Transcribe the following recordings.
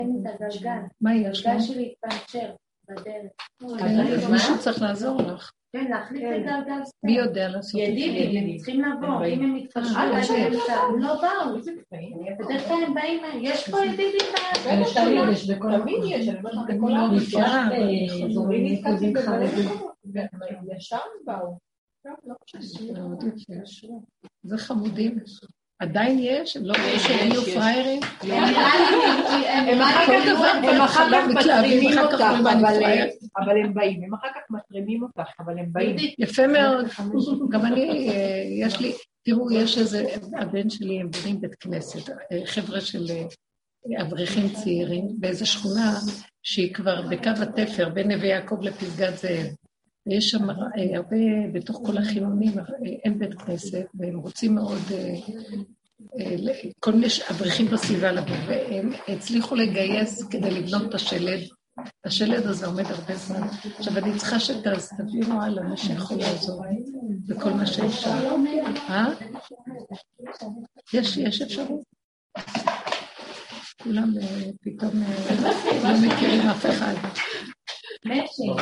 את הגלגל. מה יש הגלגל שלי התפנצ'ר בדרך. אז מישהו צריך לעזור לך. כן, להחליט את הגלגל. מי יודע לעשות את זה? ידידים, צריכים לבוא, אם הם מתקשרו, הם לא באו. בדרך כלל הם באים, יש פה ידידים תמיד יש, אני אומרת לך בכל אזורים נתקלתי ישר באו. זה חמודים. עדיין יש? הם לא יהיו פריירים? הם אחר כך מטרימים אותך, אבל הם באים. הם אחר כך מטרימים אותך, אבל הם באים. יפה מאוד. גם אני, יש לי, תראו, יש איזה, הבן שלי, הם בונים בית כנסת, חבר'ה של אברכים צעירים, באיזו שכונה שהיא כבר בקו התפר, בין נווה יעקב לפסגת זאב. ויש שם הרבה, בתוך כל החילונים, אין בית כנסת, והם רוצים מאוד, כל מיני אברכים בסביבה לבוא, והם הצליחו לגייס כדי לבנות את השלד. השלד הזה עומד הרבה זמן. עכשיו, אני צריכה שתביאו הלאה, מי שיכול לעזור, וכל מה שאפשר. יש אפשרות. כולם פתאום לא מכירים אף אחד. מצ'ינג.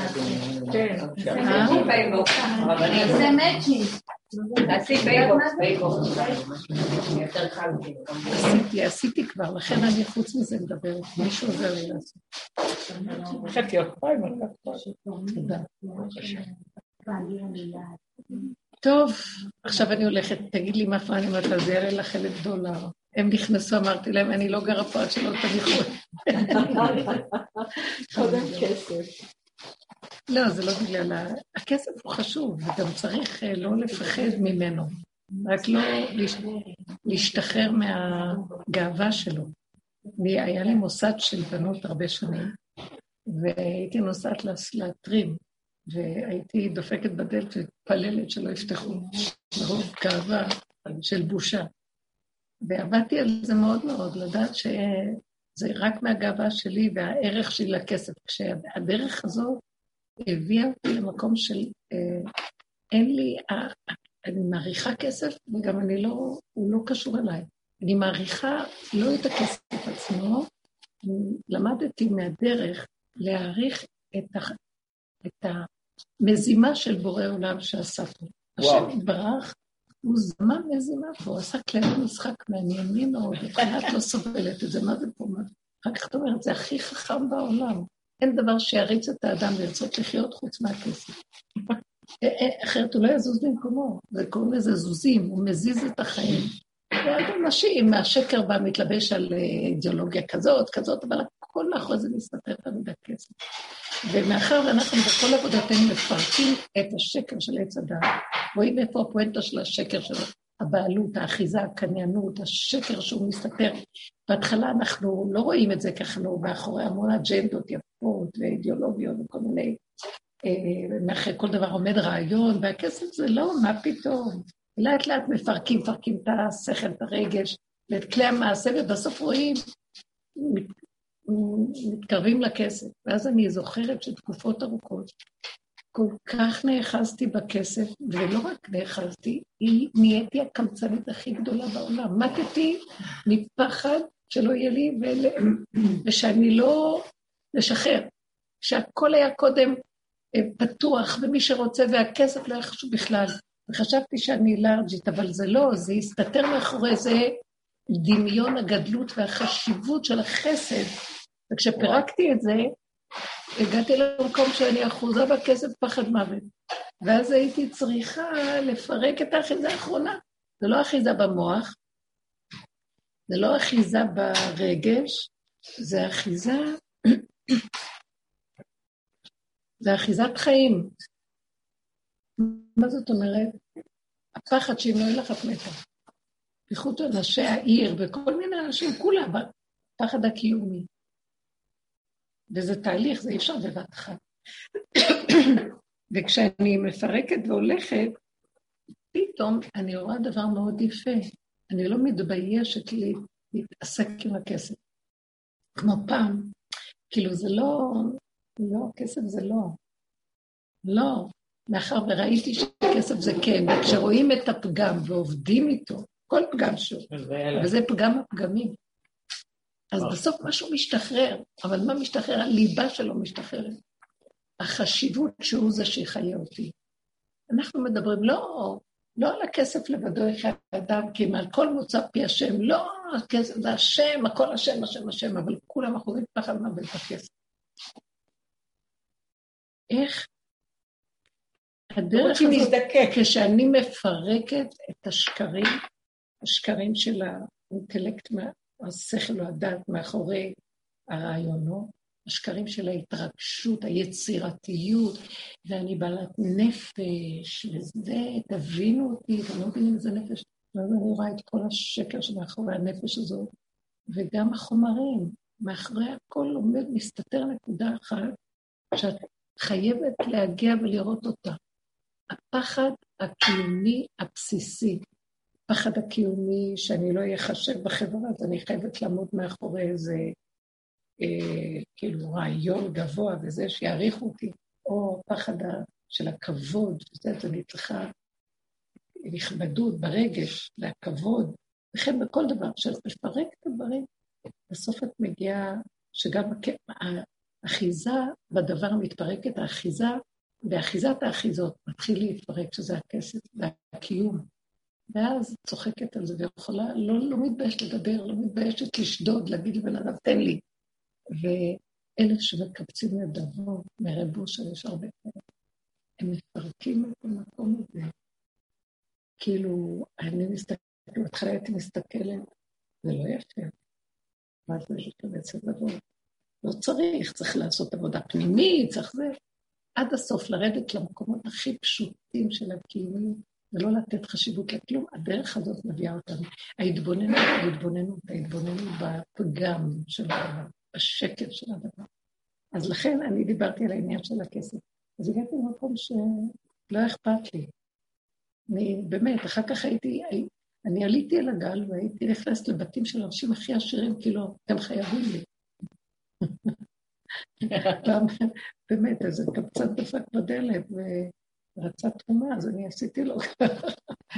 זה מצ'ינג. עשיתי כבר, לכן אני חוץ מזה מדברת. מישהו עוזר לי לעשות. תודה. טוב, עכשיו אני הולכת, תגיד לי מה פעם אם אתה זהרה לך $1,000. הם נכנסו, אמרתי להם, אני לא גרה פה עד שלא תניחו. קודם כסף. לא, זה לא בגלל, הכסף הוא חשוב, וגם צריך לא לפחד ממנו, רק לא להשתחרר מהגאווה שלו. היה לי מוסד של בנות הרבה שנים, והייתי נוסעת להטרים, והייתי דופקת בדלת ופללת שלא יפתחו, מרוב גאווה של בושה. ועבדתי על זה מאוד מאוד, לדעת שזה רק מהגאווה שלי והערך שלי לכסף. כשהדרך הזו הביאה אותי למקום של אין לי, אני מעריכה כסף וגם הוא לא קשור אליי. אני מעריכה לא את הכסף עצמו, למדתי מהדרך להעריך את המזימה של בורא עולם שעשינו. השם יתברך, הוא זמן מזימה פה, הוא עשה כללי משחק מעניינים מאוד, מבחינת לא סובלת את זה, מה זה פה? אחר כך אתה אומרת, זה הכי חכם בעולם. אין דבר שיריץ את האדם לרצות לחיות חוץ מהכסף. אחרת הוא לא יזוז במקומו, וקוראים לזה זוזים, הוא מזיז את החיים. ואנשים מהשקר בא מתלבש על אידיאולוגיה כזאת, אבל הכל מאחורי זה מסתתר תמיד הכסף. ומאחר ואנחנו בכל עבודתנו מפרקים את השקר של עץ הדעת, רואים איפה הפואנטה של השקר שלו, הבעלות, האחיזה, הקניינות, השקר שהוא מסתתר. בהתחלה אנחנו לא רואים את זה ככה, מאחורי המון אג'נדות יפות ואידיאולוגיות וכל מיני, מאחרי כל דבר עומד רעיון, והכסף זה לא, מה פתאום? לאט לאט מפרקים את השכל, את הרגש, ואת כלי המעשה, ובסוף רואים, מתקרבים לכסף. ואז אני זוכרת שתקופות ארוכות, כל כך נאחזתי בכסף, ולא רק נאחזתי, היא נהייתי הקמצנית הכי גדולה בעולם. מתתי מפחד שלא יהיה לי, ושאני לא לשחרר. שהכל היה קודם פתוח, ומי שרוצה, והכסף לא היה חשוב בכלל. וחשבתי שאני לארג'ית, אבל זה לא, זה הסתתר מאחורי זה דמיון הגדלות והחשיבות של החסד. וכשפרקתי את זה, הגעתי למקום שאני אחוזה בכסף פחד מוות. ואז הייתי צריכה לפרק את האחיזה האחרונה. זה לא אחיזה במוח, זה לא אחיזה ברגש, זה אחיזה, זה אחיזת חיים. מה זאת אומרת? הפחד שאם לא יהיה לך את מתה. בייחוד אנשי העיר וכל מיני אנשים, כולם, פחד הקיומי. וזה תהליך, זה אי אפשר בבת אחת. וכשאני מפרקת והולכת, פתאום אני רואה דבר מאוד יפה. אני לא מתביישת להתעסק עם הכסף. כמו פעם, כאילו זה לא, כסף זה לא. לא. מאחר וראיתי שכסף זה כן, וכשרואים את הפגם ועובדים איתו, כל פגם שהוא, וזה פגם הפגמים. אז בסוף משהו משתחרר, אבל מה משתחרר? הליבה שלו משתחררת. החשיבות שהוא זה שיחיה אותי. אנחנו מדברים לא על הכסף לבדו יחיה אדם, כי אם על כל מוצא פי השם, לא, הכסף זה השם, הכל השם, השם, השם, אבל כולם אחוזים פחד מה בית הכסף. איך הדרך הזאת, כשאני מפרקת את השקרים של האינטלקט, השכל או הדעת מאחורי הרעיונות, השקרים של ההתרגשות, היצירתיות, ואני בעלת נפש, וזה, תבינו אותי, אתם לא מבינים איזה נפש, ואז אני רואה את כל השקר שמאחורי הנפש הזאת, וגם החומרים, מאחורי הכל עומד, מסתתר נקודה אחת, שאת חייבת להגיע ולראות אותה. הפחד הקיומי הבסיסי, הפחד הקיומי שאני לא אחשב בחברה, אז אני חייבת לעמוד מאחורי איזה, כאילו רעיון גבוה וזה שיעריכו אותי, או פחד של הכבוד, אז אני צריכה לכבדות ברגש, והכבוד, וכן בכל דבר, כשאת מפרק את הדברים, בסוף את מגיעה, שגם האחיזה בדבר מתפרקת, האחיזה, באחיזת האחיזות מתחיל להתפרק, שזה הכסף והקיום, ואז צוחקת על זה, ויכולה, לא מתביישת לדבר, לא מתביישת לשדוד, להגיד לבן אדם, תן לי. ואלה שמקבצים נדבות, מרבו שיש הרבה כאלה, הם מפרקים את המקום הזה. כאילו, אני מסתכלת, בהתחלה הייתי מסתכלת, זה לא יפה. מה זה שכבצת לבוא? לא צריך לעשות עבודה פנימית, צריך זה. עד הסוף לרדת למקומות הכי פשוטים של הקיומיות, ולא לתת חשיבות לכלום, הדרך הזאת מביאה אותנו. ההתבוננות בפגם של הדבר, בשקל של הדבר. אז לכן אני דיברתי על העניין של הכסף. אז הגעתי למקום שלא אכפת לי. באמת, אחר כך אני עליתי על הגל, והייתי נכנסת לבתים של אנשים הכי עשירים, כאילו, אתם חייבים לי. באמת, אז זה קצת דפק בדלת, ורצה תרומה, אז אני עשיתי לו ככה.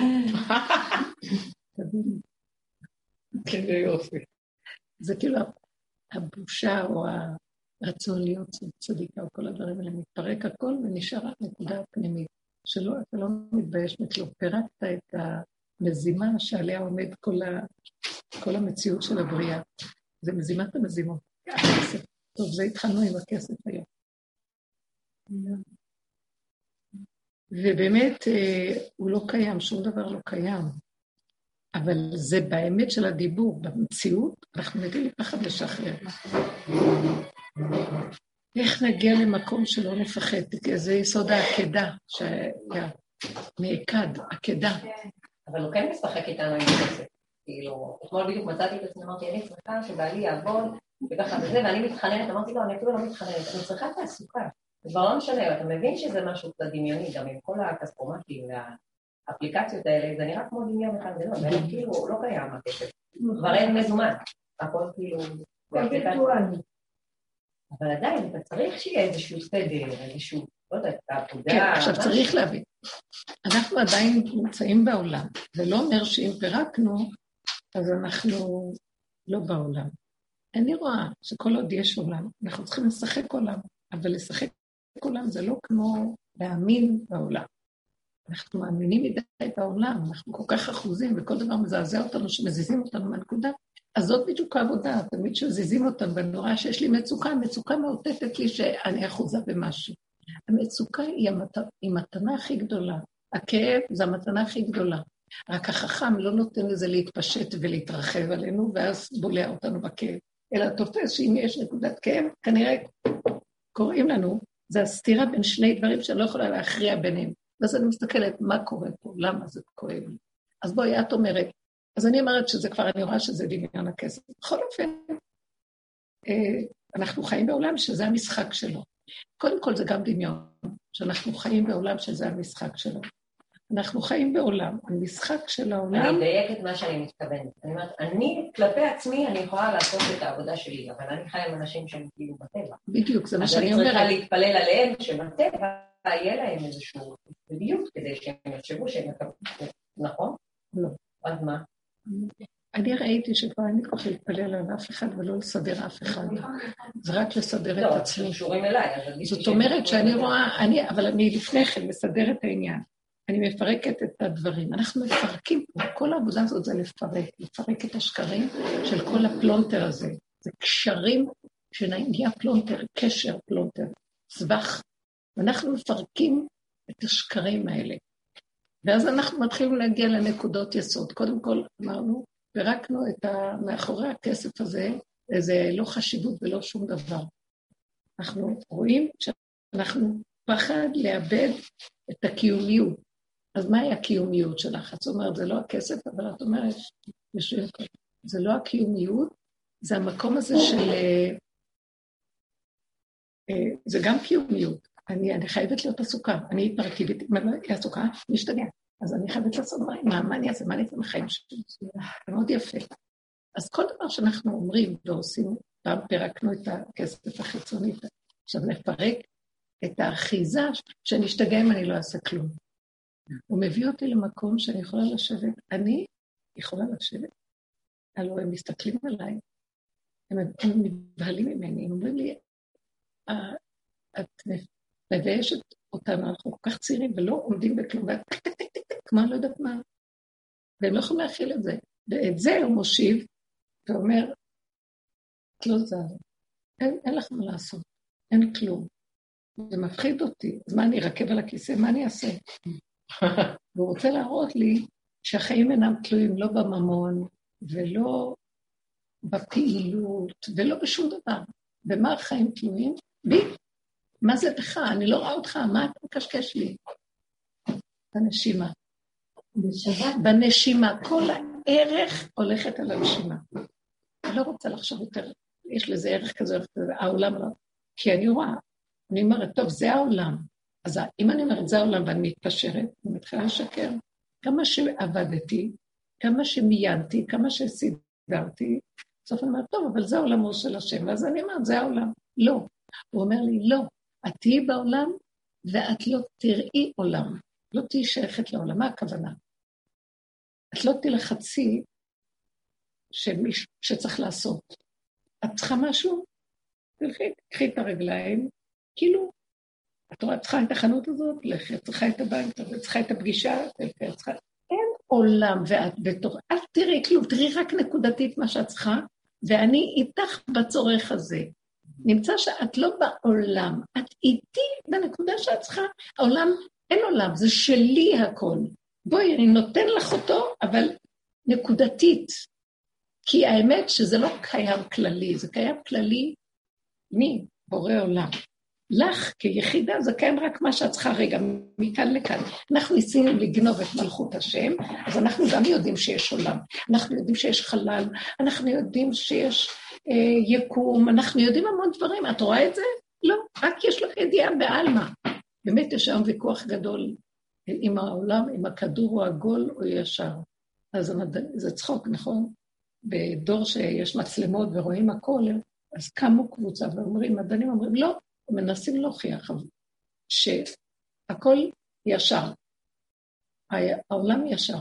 תביני. כן, יופי. זה כאילו הבושה או הרצון להיות צדיקה, או כל הדברים האלה, מתפרק הכל ונשארה נקודה פנימית, שלא, אתה לא מתבייש מכלום, פירקת את המזימה שעליה עומד כל המציאות של הבריאה. זה מזימת המזימות, הכסף. טוב, זה התחלנו עם הכסף היום. ובאמת, הוא לא קיים, שום דבר לא קיים. אבל זה באמת של הדיבור, במציאות, אנחנו נגיד לפחד לשחרר. איך נגיע למקום שלא נפחד? זה יסוד העקדה, שנעקד, עקדה. אבל הוא כן משחק איתנו עם הכסף. כאילו, אתמול בדיוק מצאתי את עצמי, אמרתי, אני צריכה שבעלי יעבוד, וככה וזה, ואני מתחננת, אמרתי לו, אני אפילו לא מתחננת, אני צריכה תעסוקה. זה כבר לא משנה, אתה מבין שזה משהו קצת דמיוני, גם עם כל הכספומטים והאפליקציות האלה, זה נראה כמו דמיון אחד גדול, זה כאילו לא קיים הכסף. כבר אין מזומן, הכל כאילו... אבל עדיין, אתה צריך שיהיה איזשהו סדר, איזשהו, לא יודעת, העבודה... כן, עכשיו צריך להבין. אנחנו עדיין נמצאים בעולם, זה לא אומר שאם פירקנו, אז אנחנו לא בעולם. אני רואה שכל עוד יש עולם, אנחנו צריכים לשחק עולם, אבל לשחק עולם זה לא כמו להאמין בעולם. אנחנו מאמינים מדי בעולם, אנחנו כל כך אחוזים, וכל דבר מזעזע אותנו, שמזיזים אותנו מהנקודה, אז זאת בדיוק העבודה, תמיד שזיזים אותנו, ואני רואה שיש לי מצוקה, מצוקה מאותתת לי שאני אחוזה במשהו. המצוקה היא מתנה הכי גדולה, הכאב זה המתנה הכי גדולה, רק החכם לא נותן לזה להתפשט ולהתרחב עלינו, ואז בולע אותנו בכאב, אלא תופס שאם יש נקודת כאב, כנראה קוראים לנו, זה הסתירה בין שני דברים שאני לא יכולה להכריע ביניהם. ואז אני מסתכלת, מה קורה פה? למה זה כואב לי? אז בואי, את אומרת, אז אני אומרת שזה כבר, אני רואה שזה דמיון הכסף. בכל אופן, אנחנו חיים בעולם שזה המשחק שלו. קודם כל זה גם דמיון, שאנחנו חיים בעולם שזה המשחק שלו. אנחנו חיים בעולם, המשחק של העולם... אני אדייק את מה שאני מתכוונת. אני אומרת, אני, כלפי עצמי, אני יכולה לעשות את העבודה שלי, אבל אני חיה עם אנשים שהם כאילו בטבע. בדיוק, זה מה שאני אומרת. אז אני צריכה להתפלל עליהם שבטבע יהיה להם איזשהו בדיוק, כדי שהם יחשבו שהם מקבלים. נכון? לא. אז מה? אני ראיתי שכבר אין לי כוח להתפלל על אף אחד ולא לסדר אף אחד. זה רק לסדר את עצמי. לא, קשורים אליי. זאת אומרת שאני רואה, אבל אני לפני כן מסדר את העניין. אני מפרקת את הדברים. אנחנו מפרקים פה, כל העבודה הזאת זה לפרק את השקרים של כל הפלונטר הזה. זה קשרים שנגיע פלונטר, קשר פלונטר, סבך. ואנחנו מפרקים את השקרים האלה. ואז אנחנו מתחילים להגיע לנקודות יסוד. קודם כל אמרנו, ורקנו מאחורי הכסף הזה, זה לא חשיבות ולא שום דבר. אנחנו רואים שאנחנו פחד לאבד את הקיומיות. אז מהי הקיומיות שלך? את אומרת, זה לא הכסף, אבל את אומרת, זה לא הקיומיות, זה המקום הזה של... זה גם קיומיות. אני חייבת להיות עסוקה. אני היפראקטיבית, אם אני לא אהיה עסוקה, אני אשתגע. אז אני חייבת לעשות דברים. מה אני אעשה? מה אני אעשה בחיים שלי? זה מאוד יפה. אז כל דבר שאנחנו אומרים ועושים, פעם פירקנו את הכסף החיצוני, עכשיו נפרק את האחיזה, שאני אשתגע אם אני לא אעשה כלום. הוא מביא אותי למקום שאני יכולה לשבת. אני יכולה לשבת. הלוא הם מסתכלים עליי, הם נבהלים ממני, הם אומרים לי, את מביישת אותנו, אנחנו כל כך צעירים ולא עומדים בכלום, כמו אני לא יודעת מה, והם לא יכולים להכיל את זה. ואת זה הוא מושיב ואומר, את לא זז, אין לך מה לעשות, אין כלום. זה מפחיד אותי, אז מה אני ארכב על הכיסא, מה אני אעשה? והוא רוצה להראות לי שהחיים אינם תלויים לא בממון ולא בפעילות ולא בשום דבר. במה החיים תלויים? בי. מה זה בך? אני לא רואה אותך, מה אתה מקשקש לי? בנשימה. בנשימה. כל הערך הולכת על הנשימה. אני לא רוצה לחשוב יותר, יש לזה ערך כזה, העולם לא. כי אני רואה, אני אומרת, טוב, זה העולם. אז אם אני אומרת, זה העולם ואני מתפשרת, אני מתחילה לשקר. כמה שעבדתי, כמה שמיינתי, כמה שסידרתי, בסוף אני אומרת, טוב, אבל זה העולמו של השם, ואז אני אומרת, זה העולם. לא. הוא אומר לי, לא, את תהיי בעולם, ואת לא תראי עולם. לא תהיי שייכת לעולם. מה הכוונה? את לא תלחצי שצריך לעשות. את צריכה משהו? תלכי את הרגליים, כאילו, את רואה, צריכה את החנות הזאת, צריכה את הבנק, צריכה את הפגישה, אין עולם ואת בתוך, אל תראי כלום, תראי רק נקודתית מה שאת צריכה, ואני איתך בצורך הזה. נמצא שאת לא בעולם, את איתי בנקודה שאת צריכה, העולם, אין עולם, זה שלי הכל. בואי, אני נותן לך אותו, אבל נקודתית. כי האמת שזה לא קיים כללי, זה קיים כללי מי? בורא עולם. לך כיחידה זה קיים רק מה שאת צריכה רגע, מכאן לכאן. אנחנו ניסינו לגנוב את מלכות השם, אז אנחנו גם יודעים שיש עולם, אנחנו יודעים שיש חלל, אנחנו יודעים שיש יקום, אנחנו יודעים המון דברים. את רואה את זה? לא, רק יש לך ידיעה בעלמא. באמת יש היום ויכוח גדול עם העולם, עם הכדור או עגול או ישר. אז זה צחוק, נכון? בדור שיש מצלמות ורואים הכל, אז קמו קבוצה ואומרים, מדענים אומרים, לא, מנסים להוכיח שהכל ישר, העולם ישר.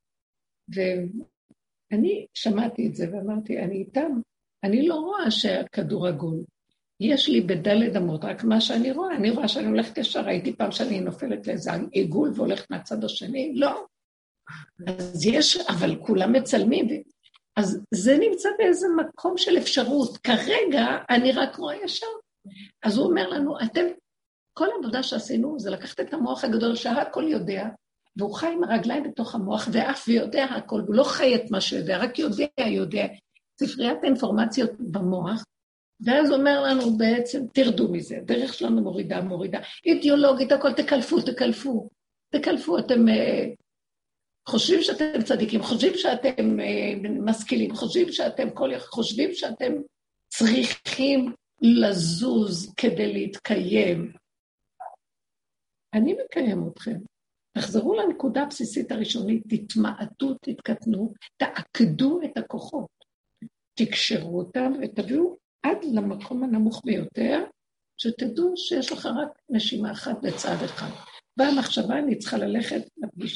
ואני שמעתי את זה ואמרתי, אני איתם, אני לא רואה שהכדור עגול. יש לי בדלת אמות, רק מה שאני רואה, אני רואה שאני הולכת ישר, ראיתי פעם שאני נופלת לאיזה עיגול והולכת מהצד השני, לא. אז יש, אבל כולם מצלמים, אז זה נמצא באיזה מקום של אפשרות. כרגע אני רק רואה ישר. אז הוא אומר לנו, אתם, כל העבודה שעשינו זה לקחת את המוח הגדול שהכל יודע, והוא חי עם הרגליים בתוך המוח, ואף ויודע הכל, הוא לא חי את מה שיודע, רק יודע, ספריית האינפורמציות במוח, ואז הוא אומר לנו בעצם, תרדו מזה, דרך שלנו מורידה, אידיאולוגית, הכל תקלפו, אתם חושבים שאתם צדיקים, חושבים שאתם משכילים, חושבים שאתם צריכים לזוז כדי להתקיים. אני מקיים אתכם. תחזרו לנקודה הבסיסית הראשונית, תתמעטו, תתקטנו, תעקדו את הכוחות, תקשרו אותם ותביאו עד למקום הנמוך ביותר, שתדעו שיש לך רק נשימה אחת בצד אחד. והמחשבה אני צריכה ללכת לפגישה.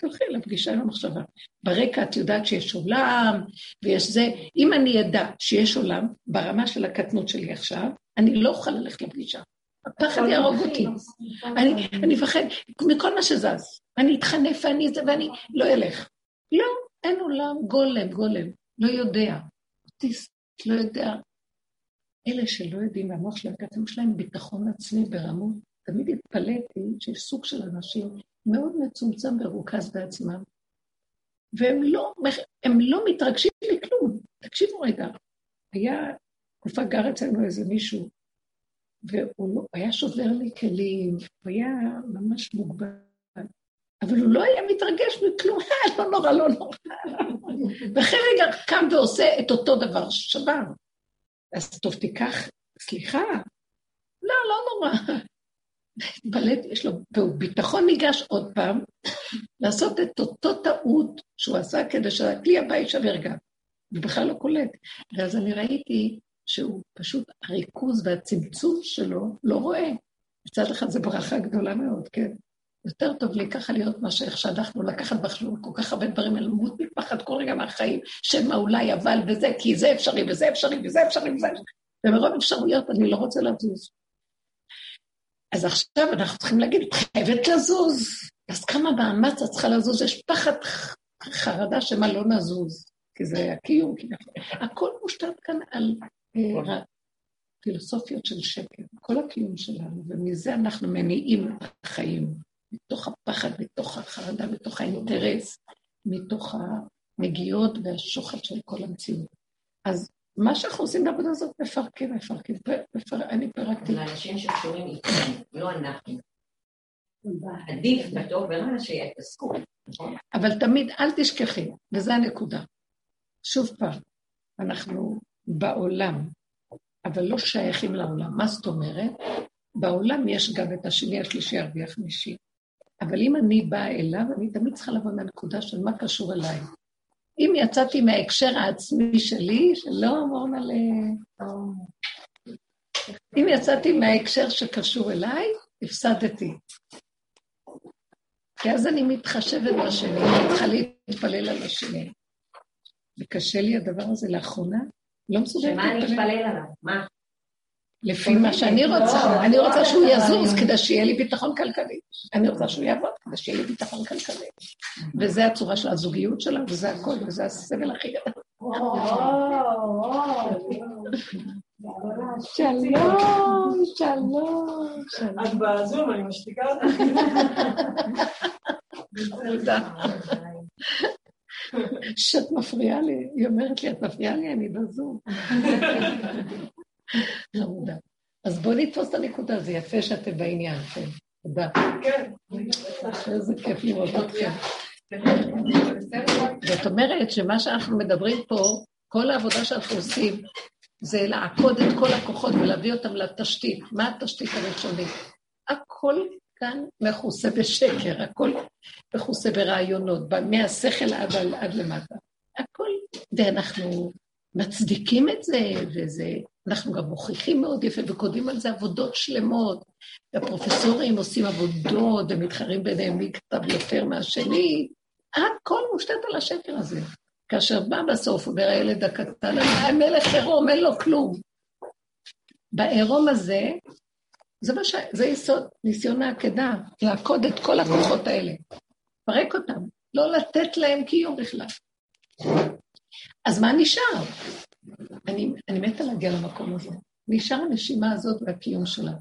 תלכי לפגישה עם המחשבה. ברקע את יודעת שיש עולם, ויש זה. אם אני ידע שיש עולם, ברמה של הקטנות שלי עכשיו, אני לא אוכל ללכת לפגישה. הפחד יהרוג אותי. אני מפחד מכל מה שזז. אני אתחנף ואני לא אלך. לא, אין עולם, גולם. לא יודע. אוטיסט, לא יודע. אלה שלא יודעים, והמוח שלהם, כתבים שלהם ביטחון עצמי ברמות, תמיד התפלאתי שיש סוג של אנשים מאוד מצומצם ורוכז בעצמם, והם לא מתרגשים לכלום. תקשיבו רגע, היה תקופה גר אצלנו איזה מישהו, והוא היה שובר לי כלים, הוא היה ממש מוגבל, אבל הוא לא היה מתרגש מכלום, לא נורא. ואחרי רגע קם ועושה את אותו דבר ששבר. אז טוב, תיקח, סליחה, לא נורא. בלט, יש לו, והוא ביטחון ניגש עוד פעם, לעשות את אותו טעות שהוא עשה כדי שהכלי הבא יישבר גם, ובכלל לא קולט. ואז אני ראיתי שהוא פשוט, הריכוז והצמצום שלו לא רואה. מצד אחד זה ברכה גדולה מאוד, כן? יותר טוב לי ככה להיות מה שאנחנו לקחת בחשבון, כל כך הרבה דברים, אלמות מפחד כל רגע מהחיים, שמה אולי אבל וזה, כי זה אפשרי וזה אפשרי וזה אפשרי וזה אפשרי. ומרוב אפשרויות אני לא רוצה לזוז. אז עכשיו אנחנו צריכים להגיד, את חייבת לזוז. אז כמה מאמץ את צריכה לזוז? יש פחד חרדה שמה לא נזוז, כי זה הקיום. הכל מושתת כאן על פילוסופיות של שקר, כל הקיום שלנו, ומזה אנחנו מניעים את החיים, מתוך הפחד, מתוך החרדה, מתוך האינטרס, מתוך הנגיעות והשוחד של כל המציאות. אז מה שאנחנו עושים בעבודה הזאת, מפרקים, אני פרקתי. לאנשים שקשורים איתנו, לא אנחנו. עדיף בטוב ולמה שיתעסקו. אבל תמיד אל תשכחי, וזו הנקודה. שוב פעם, אנחנו בעולם, אבל לא שייכים לעולם. מה זאת אומרת? בעולם יש גם את השני, השלישי, הרביעי, החמישי. אבל אם אני באה אליו, אני תמיד צריכה לבוא מהנקודה של מה קשור אליי. אם יצאתי מההקשר העצמי שלי, שלא אמרנו אם יצאתי מההקשר שקשור אליי, הפסדתי. כי אז אני מתחשבת בשני, אני צריכה להתפלל על השני. וקשה לי הדבר הזה לאחרונה, לא מסוגלת להתפלל. שמה אני אתפלל עליו? מה? לפי מה שאני רוצה. אני רוצה שהוא יזוז כדי שיהיה לי ביטחון כלכלי. אני רוצה שהוא יעבוד כדי שיהיה לי ביטחון כלכלי. וזה הצורה של הזוגיות שלה, וזה הכל, וזה הסבל הכי גדול. שלום. את בזום, אני משתיקה אותך. שאת מפריעה לי, היא אומרת לי, את מפריעה לי, אני בזום. חמודה. אז בואו נתפוס את הנקודה, זה יפה שאתם בעניין, כן. תודה. כן. איזה כיף לראות אתכם. זאת אומרת שמה שאנחנו מדברים פה, כל העבודה שאנחנו עושים, זה לעקוד את כל הכוחות ולהביא אותם לתשתית. מה התשתית הראשונית? הכל כאן מכוסה בשקר, הכל מכוסה ברעיונות, מהשכל עד למטה. הכל, ואנחנו מצדיקים את זה, אנחנו גם מוכיחים מאוד יפה, וקודים על זה עבודות שלמות, והפרופסורים עושים עבודות, ומתחרים ביניהם מי כתב יותר מהשני, הכל מושתת על השקר הזה. כאשר בא בסוף, אומר הילד הקטן, המלך עירום, אין לו כלום. בעירום הזה, זה יסוד, ניסיון העקדה, לעקוד את כל הכוחות האלה, פרק אותם, לא לתת להם קיום בכלל. אז מה נשאר? אני מתה להגיע למקום הזה. נשאר הנשימה הזאת והקיום שלה.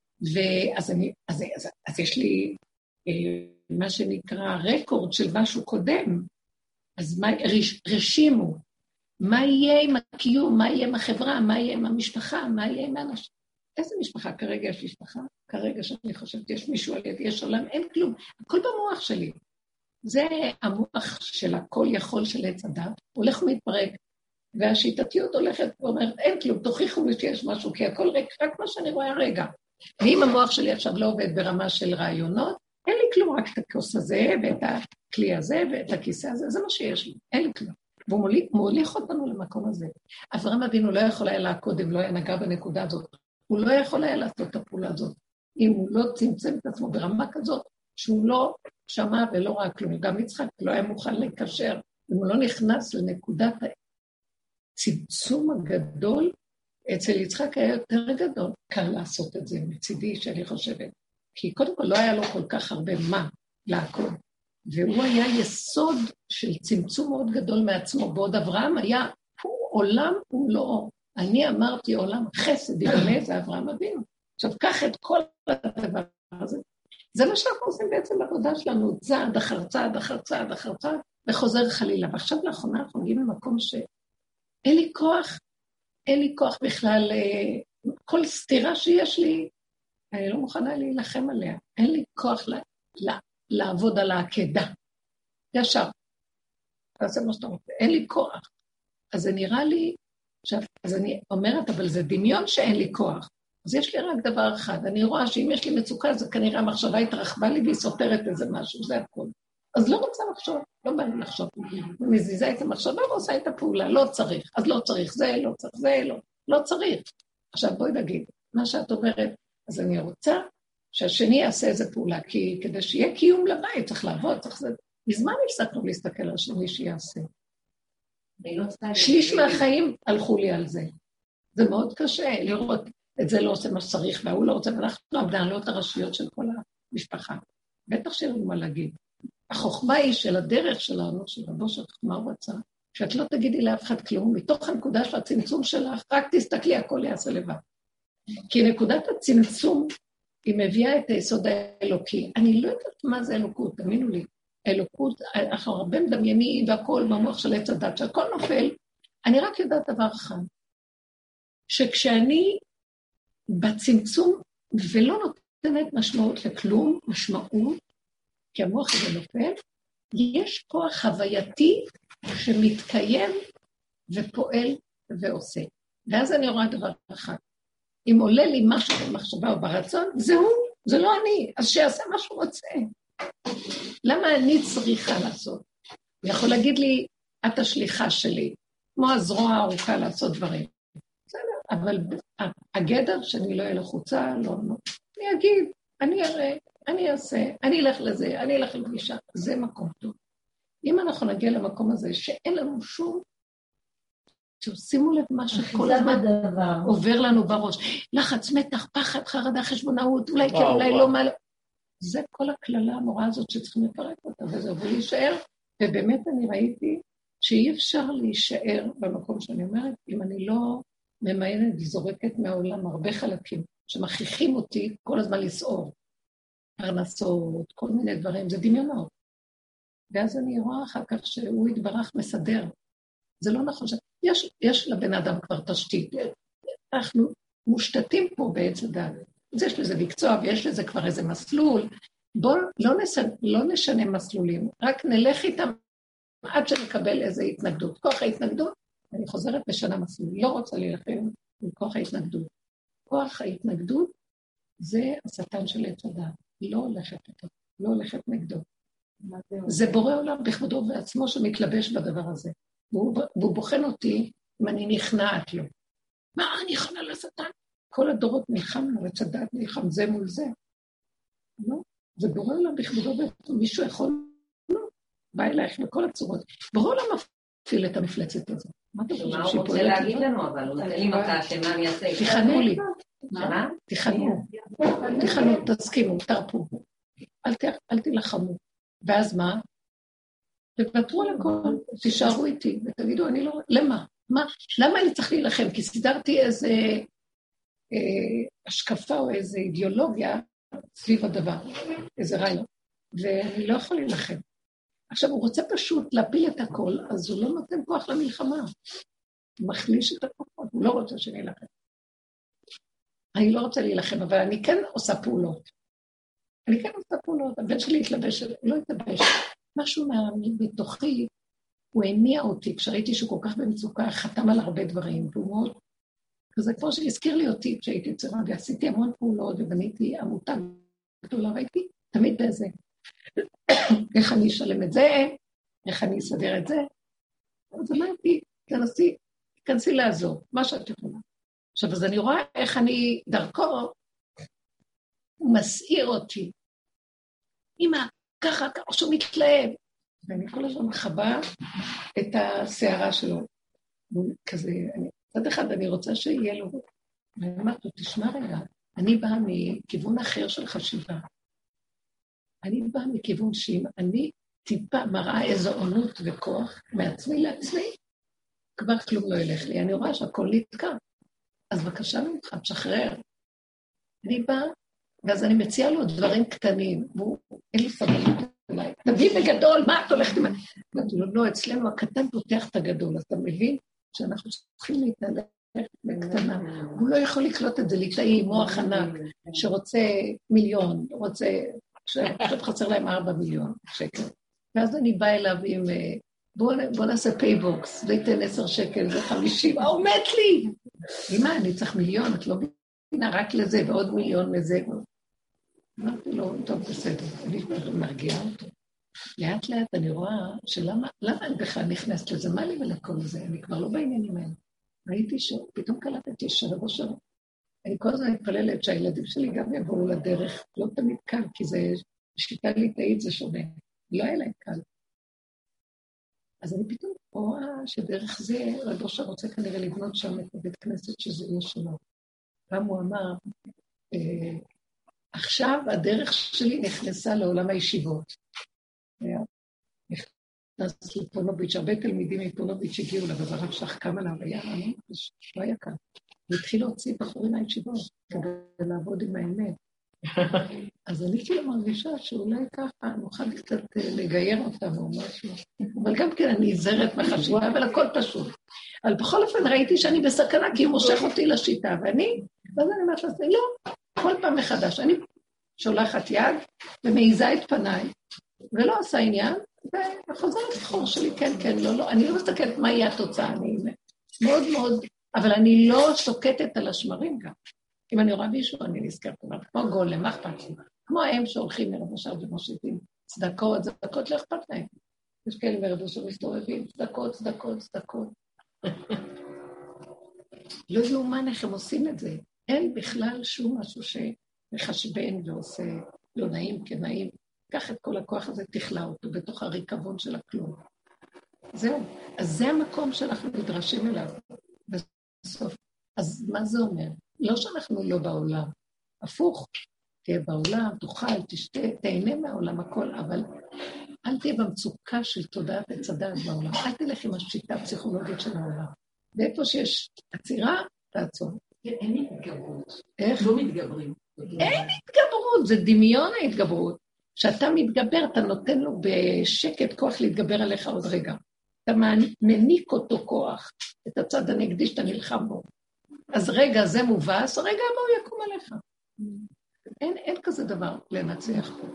אז יש לי מה שנקרא רקורד של משהו קודם. אז רשימו. מה יהיה עם הקיום? מה יהיה עם החברה? מה יהיה עם המשפחה? מה יהיה עם האנשים? איזה משפחה? כרגע יש משפחה? כרגע שאני חושבת, יש מישהו על ידי, יש עולם, אין כלום. הכל במוח שלי. זה המוח של הכל יכול של עץ הדת, הולך ומתפרק, והשיטתיות הולכת ואומרת, אין כלום, תוכיחו לי שיש משהו, כי הכל רק מה שאני רואה הרגע. ואם המוח שלי עכשיו לא עובד ברמה של רעיונות, אין לי כלום, רק את הכוס הזה, ואת הכלי הזה, ואת הכיסא הזה, זה מה שיש לי, אין לי כלום. והוא מוליך אותנו למקום הזה. אברהם אבינו לא יכול היה לעקוד, אם לא היה נגע בנקודה הזאת. הוא לא יכול היה לעשות את הפעולה הזאת, אם הוא לא צמצם את עצמו ברמה כזאת, שהוא לא שמע ולא רק כלום, גם יצחק לא היה מוכן לקשר, אם הוא לא נכנס לנקודת הצמצום הגדול, אצל יצחק היה יותר גדול, קל לעשות את זה מצידי שאני חושבת, כי קודם כל לא היה לו כל כך הרבה מה לעקוב, והוא היה יסוד של צמצום מאוד גדול מעצמו, בעוד אברהם היה עולם ומלואו, אני אמרתי עולם חסד יגלה, זה אברהם אבינו, עכשיו קח את כל הדבר הזה, זה מה שאנחנו עושים בעצם בעבודה שלנו, צעד אחר צעד אחר צעד אחר צעד, וחוזר חלילה, ועכשיו לאחרונה אנחנו מגיעים למקום שאין לי כוח בכלל, כל סתירה שיש לי, אני לא מוכנה להילחם עליה, אין לי כוח לעבוד על העקדה, ישר, תעשה מה שאתה רוצה, אין לי כוח, אז זה נראה לי, אז אני אומרת, אבל זה דמיון שאין לי כוח, אז יש לי רק דבר אחד, אני רואה שאם יש לי מצוקה, זה כנראה המחשבה התרחבה לי והיא סותרת איזה משהו, זה הכל. אז לא רוצה לחשוב, לא בא לי לחשוב. מזיזה את המחשבה ועושה את הפעולה, לא צריך, אז לא צריך, זה לא צריך, זה לא צריך. עכשיו בואי נגיד, מה שאת אומרת, אז אני רוצה שהשני יעשה איזה פעולה, כי כדי שיהיה קיום לבית, צריך לעבוד, צריך זה. מזמן הפסקנו להסתכל על השני שיעשה. שליש מהחיים הלכו לי על זה. זה מאוד קשה לראות את זה לא עושה מה שצריך, והוא לא רוצה, ואנחנו המנהלות הראשיות של כל המשפחה. בטח שאין לנו מה להגיד. החוכמה היא של הדרך שלנו, של רבו שלך, מה הוא רצה, שאת לא תגידי לאף אחד כלום, מתוך הנקודה של הצמצום שלך, רק תסתכלי, הכל יעשה לבד. כי נקודת הצמצום, היא מביאה את היסוד האלוקי. אני לא יודעת מה זה אלוקות, תאמינו לי. האלוקות, אנחנו הרבה מדמיינים והכל במוח של עץ הדת, שהכל נופל. אני רק יודעת דבר אחד, שכשאני בצמצום ולא נותנת משמעות לכלום, משמעות, כי המוח הזה נופל, יש כוח חווייתי שמתקיים ופועל ועושה. ואז אני רואה דבר אחד, אם עולה לי משהו במחשבה או ברצון, זה לא אני, אז שיעשה מה שהוא רוצה. למה אני צריכה לעשות? הוא יכול להגיד לי, את השליחה שלי, כמו הזרוע הארוכה לעשות דברים. אבל הגדר שאני לא אהיה לחוצה, לא. אני אגיד, אני אראה, אני אעשה, אני אלך לזה, אני אלך לפגישה, זה מקום טוב. אם אנחנו נגיע למקום הזה, שאין לנו שום, שימו לב מה שכל הזמן עובר לנו בראש, לחץ, מתח, פחד, חרדה, חשבונאות, אולי כן, אולי לא, מה לא. זה כל הכללה המורה הזאת שצריכים לפרק אותה, וזה עבור להישאר, ובאמת אני ראיתי שאי אפשר להישאר במקום שאני אומרת, אם אני לא ממיינת וזורקת מהעולם הרבה חלקים, שמכריחים אותי כל הזמן לסעור, פרנסות, כל מיני דברים, זה דמיונות. ואז אני רואה אחר כך שהוא יתברך מסדר. זה לא נכון, יש לבן אדם כבר תשתית, אנחנו מושתתים פה בעץ הדת. אז יש לזה מקצוע ויש לזה כבר איזה מסלול, בואו לא נשנה מסלולים, רק נלך איתם עד שנקבל איזו התנגדות. כוח ההתנגדות, אני חוזרת משנה מסלול, לא רוצה להילחם עם כוח ההתנגדות. כוח ההתנגדות זה השטן של עץ הדת, לא הולכת איתו, לא הולכת נגדו. זה בורא עולם בכבודו ועצמו שמתלבש בדבר הזה. והוא בוחן אותי אם אני נכנעת לו. מה אני יכולה לשטן? כל הדורות נלחמנו, עץ הדת נלחם זה מול זה. לא, זה בורא עולם בכבודו ועצמו, מישהו יכול? לא, בא אלייך בכל הצורות. בורא עולם מפעיל את המפלצת הזאת. מה הוא רוצה להגיד לנו, אבל הוא נתן לי מכה שמה אני אעשה? תיכנו לי. תיכנו, תסכימו, תרפו. אל תלחמו. ואז מה? תוותרו על הכל, תישארו איתי, ותגידו, אני לא... למה? למה אני צריך להילחם? כי סידרתי איזה השקפה או איזה אידיאולוגיה סביב הדבר, איזה רעיון, ואני לא יכול להילחם. עכשיו, הוא רוצה פשוט להפיל את הכל, אז הוא לא נותן כוח למלחמה. הוא מחליש את הכוחות, הוא לא רוצה שנילחם. אני לא רוצה להילחם, אבל אני כן עושה פעולות. הבן שלי התלבש, לא התלבש. משהו מתוכי, הוא הניע אותי, כשראיתי שהוא כל כך במצוקה, חתם על הרבה דברים, והוא מאוד, וזה כמו שהזכיר לי אותי, כשהייתי צעירה, ועשיתי המון פעולות, ובניתי עמותה גדולה, והייתי תמיד באיזה, איך אני אשלם את זה, איך אני אסדר את זה, אז אמרתי, תכנסי לעזור, מה שאת יכולה. עכשיו, אז אני רואה איך אני, דרכו, הוא מסעיר אותי. אמא, ככה, או שהוא מתלהב. ואני כל הזמן מחבה את השערה שלו. כזה, צד אחד אני רוצה שיהיה לו. ואני אומרת לו, תשמע רגע, אני באה מכיוון אחר של חשיבה. אני באה מכיוון שאם אני טיפה מראה איזו עונות וכוח מעצמי לעצמי, כבר כלום לא ילך לי. אני רואה שהכל נתקע. אז בבקשה ממך, תשחרר. אני באה, ואז אני מציעה לו דברים קטנים, והוא אין לי סבלנות אליי. תביא בגדול, מה את הולכת עם... אמרתי לו, לא, אצלנו הקטן פותח את הגדול, אז אתה מבין שאנחנו צריכים להתנהל בקטנה. הוא לא יכול לקלוט את זה, ליטאי, מוח ענק, שרוצה מיליון, רוצה... עכשיו חסר להם 4 מיליון שקל. ואז אני באה אליו עם... בוא נעשה פייבוקס, זה ייתן 10 שקל, זה 50, מת לי! אמא, אני צריך מיליון, את לא מבינה רק לזה, ועוד מיליון לזה. אמרתי לו, טוב, בסדר, אני מרגיעה אותו. לאט לאט אני רואה שלמה אני בכלל נכנסת לזה, מה לי ולכל זה? אני כבר לא בעניינים האלה. ראיתי שפתאום קלטתי שרבו שלו. אני כל הזמן מתפללת שהילדים שלי גם יבואו לדרך, לא תמיד קל, כי זה שיטה ליטאית, זה שונה. לא היה להם קל. אז אני פתאום רואה שדרך זה, רבו שרוצה כנראה לבנות שם את הבית כנסת שזה יהיה שלו. פעם הוא אמר, עכשיו הדרך שלי נכנסה לעולם הישיבות. נכנס לפונוביץ', הרבה תלמידים מפונוביץ' הגיעו אליו, אז הרב שלח קם עליו, לא היה כאן. והתחיל להוציא בחורים מהישיבות, כדי לעבוד עם האמת. אז אני כאילו מרגישה שאולי ככה נוכל קצת לגייר אותם או משהו. אבל גם כן אני עזרת מחשיבה, אבל הכל פשוט. אבל בכל אופן ראיתי שאני בסכנה, כי הוא מושך אותי לשיטה, ואז אני אומרת לעצמי, לא, כל פעם מחדש. אני שולחת יד ומעיזה את פניי, ולא עושה עניין, וחוזרת לחור שלי, כן, כן, לא, אני לא מסתכלת מה יהיה התוצאה, אני מאוד מאוד, אבל אני לא שוקטת על השמרים גם. אם אני רואה מישהו, אני נזכרת, כמו גולם, מה אכפת לי? כמו הם שהולכים מרבושר ומושיטים, צדקות, לא אכפת להם. יש כאלה מרבושר מסתובבים, צדקות. לא יאומן איך הם עושים את זה. אין בכלל שום משהו שמחשבן ועושה לא נעים כנעים. קח את כל הכוח הזה, תכלה אותו בתוך הריקבון של הכלום. זהו. אז זה המקום שאנחנו נדרשים אליו בסוף. אז מה זה אומר? לא שאנחנו לא בעולם. הפוך, תהיה בעולם, תאכל, תשתה, תהנה מהעולם הכל, אבל אל תהיה במצוקה של תודעת הצדד בעולם. אל תלך עם השיטה הפסיכולוגית של העולם. ואיפה שיש עצירה, תעצור. אין התגברות. איך? לא מתגברים. אין התגברות, זה דמיון ההתגברות. כשאתה מתגבר, אתה נותן לו בשקט כוח להתגבר עליך עוד רגע. אתה מניק אותו כוח, את הצד הנגדי שאתה נלחם בו. אז רגע זה מובס, רגע הבא הוא יקום עליך. אין כזה דבר לנצח פה.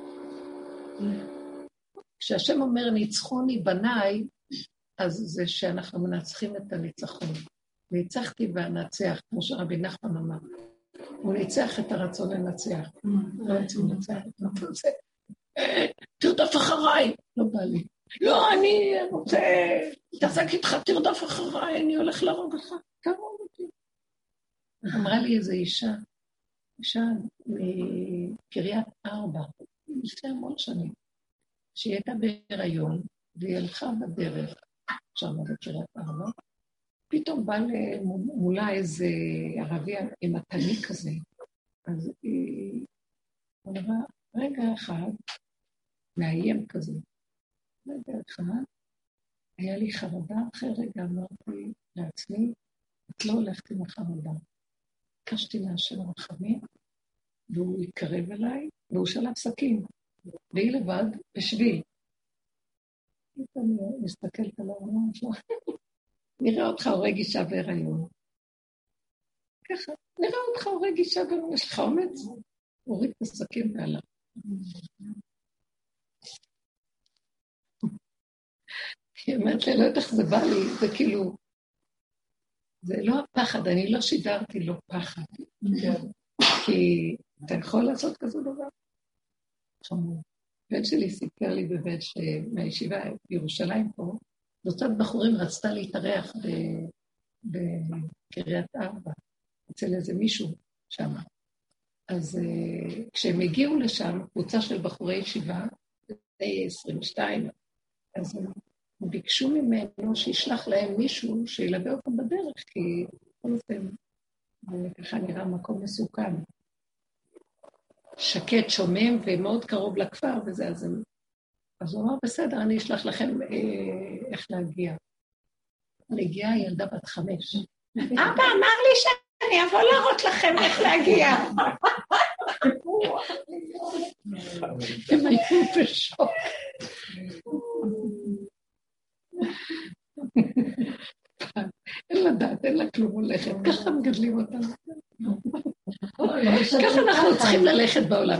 כשהשם אומר ניצחוני בניי, אז זה שאנחנו מנצחים את הניצחון. ניצחתי ואנצח, כמו שרבי נחמן אמר. הוא ניצח את הרצון לנצח. לא רוצים לנצח את הרצון. תרדף אחריי. לא בא לי. לא, אני רוצה להתעסק איתך, תרדף אחריי, אני הולך להרוג לך. תהרוג אותי. אמרה לי איזו אישה מקריית 4, לפני המון שנים, שהיא הייתה בהיריון, והיא הלכה בדרך, שם בקריית 4, פתאום בא מולה איזה ערבי עם מתני כזה, אז היא אמרה, רגע אחד, מאיים כזה, רגע אחד, היה לי חרדה, אחרי רגע אמרתי לעצמי, את לא הולכת עם החרדה. ביקשתי מהשם רחמים, והוא התקרב אליי, והוא שלף סכין, והיא לבד בשביל. אני מסתכלת על העולם שלו, נראה אותך הורג אישה בהיריון. ככה, נראה אותך הורג אישה בהיריון, יש לך אומץ? הוא הוריד את הסכין והלך. היא אומרת לי, לא יודעת איך זה בא לי, זה כאילו, זה לא הפחד, אני לא שידרתי לו פחד. כי אתה יכול לעשות כזה דבר? חמור. בן שלי סיפר לי בבית מהישיבה בירושלים פה, זאת בחורים רצתה להתארח בקריית 4, אצל איזה מישהו שם. אז כשהם הגיעו לשם, קבוצה של בחורי ישיבה, 22, אז הם ביקשו ממנו שישלח להם מישהו שילווה אותם בדרך, כי כל אופן, וככה נראה מקום מסוכן. שקט, שומם ומאוד קרוב לכפר וזה, אז הוא אמר, בסדר, אני אשלח לכם איך להגיע. הגיעה ילדה בת 5. אבא אמר לי שאני אבוא להראות לכם איך להגיע. הם היו בשוק. אין לדעת, אין לה כלום הולכת, ככה מגדלים אותם. ככה אנחנו צריכים ללכת בעולם,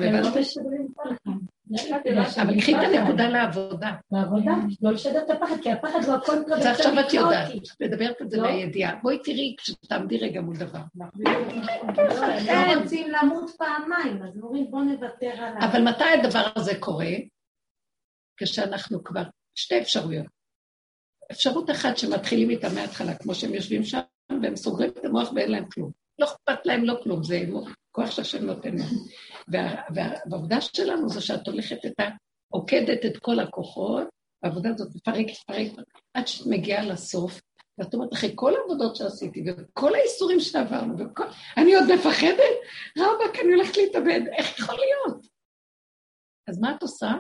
אבל קחי את הנקודה לעבודה. לעבודה, לא לשדר את הפחד, כי הפחד לא הכל כבר... זה עכשיו את יודעת, לדברת את זה מהידיעה. בואי תראי כשתעמדי רגע מול דבר. הם רוצים למות פעמיים, אז אומרים בוא נוותר עליו. אבל מתי הדבר הזה קורה? כשאנחנו כבר, שתי אפשרויות. אפשרות אחת שמתחילים איתה מההתחלה, כמו שהם יושבים שם, והם סוגרים את המוח ואין להם כלום. לא אכפת להם לא כלום, זה כוח שהשם נותן להם. והעבודה שלנו זה שאת הולכת עוקדת את כל הכוחות, העבודה הזאת מפרק, עד שאת מגיעה לסוף, ואת אומרת, אחרי כל העבודות שעשיתי, וכל האיסורים שעברנו, אני עוד מפחדת, רבק, אני הולכת להתאבד, איך יכול להיות? אז מה את עושה?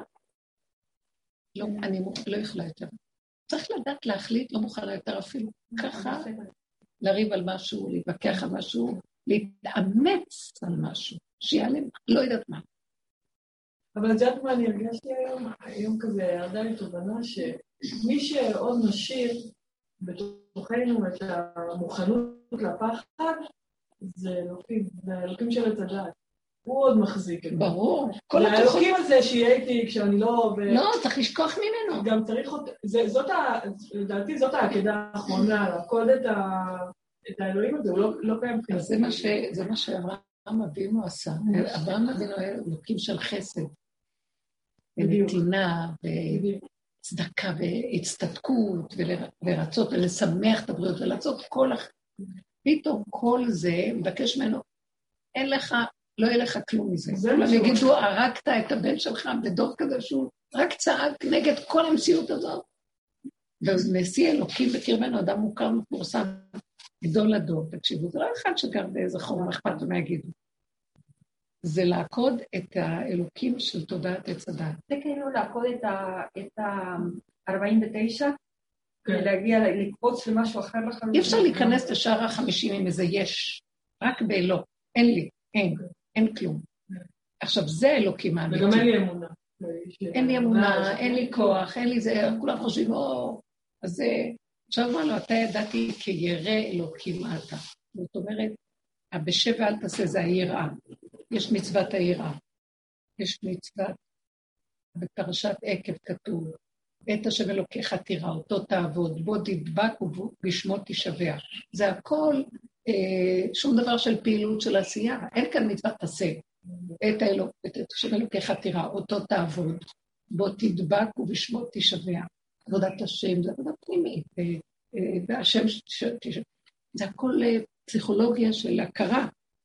לא, אני לא יכולה יותר. צריך לדעת להחליט, לא מוכנה יותר אפילו. ככה, לריב על משהו, להתווכח על משהו, להתאמץ על משהו, שיעלה, לא יודעת מה. אבל את יודעת מה, אני הרגשתי היום כזה, ירדה לי תובנה שמי שעוד משאיר בתוכנו את המוכנות לפחד, זה אלוקים של הדעת. הוא עוד מחזיק את זה. ברור. האלוקים הזה שיהיה איתי כשאני לא... לא, צריך לשכוח ממנו. גם צריך... לדעתי זאת העקדה האחרונה, לעקוד את האלוהים הזה, הוא לא קיים כאן. זה מה שאברהם אבינו עשה. אברהם אבינו היה אלוקים של חסד. ונתינה, וצדקה, והצטדקות, ורצות, ולשמח את הבריאות, ולעשות פתאום כל זה, מבקש ממנו, אין לך... לא יהיה לך כלום מזה. כולם יגידו, הרגת את הבן שלך בדור כזה שהוא רק צעק נגד כל המציאות הזאת. ונשיא אלוקים בקרבנו, אדם מוכר מפורסם, גדול הדור. תקשיבו, זה לא אחד שגר באיזה חום, אכפת ומה יגידו. זה לעקוד את האלוקים של תודעת עץ הדעת. זה כאילו לעקוד את ה-49, ולהגיע, לקפוץ למשהו אחר לחלוטין. אי אפשר להיכנס לשער ה-50 עם איזה יש, רק בלא, אין לי, אין כלום. עכשיו, זה אלוקים האמיתי. וגם אין לי אמונה. אין לי אמונה, אין לי כוח, אין לי זה, כולם חושבים, אז זה... עכשיו מה לו, אתה ידעתי כירא אלוקים אתה. זאת אומרת, בשבע אל תעשה זה היראה. יש מצוות היראה. יש מצוות, בפרשת עקב כתוב, את השם אלוקיך תירא, אותו תעבוד, בו תדבק ובשמו תשבע. זה הכל... שום דבר של פעילות של עשייה, אין כאן מצוות תעשה, את השם אלוקיך תירא, אותו תעבוד, בו תדבק ובשמו תשבע, עבודת השם, זה עבודה פנימית, והשם, זה הכל פסיכולוגיה של הכרה.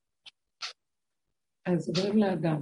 אז עוברים לאדם,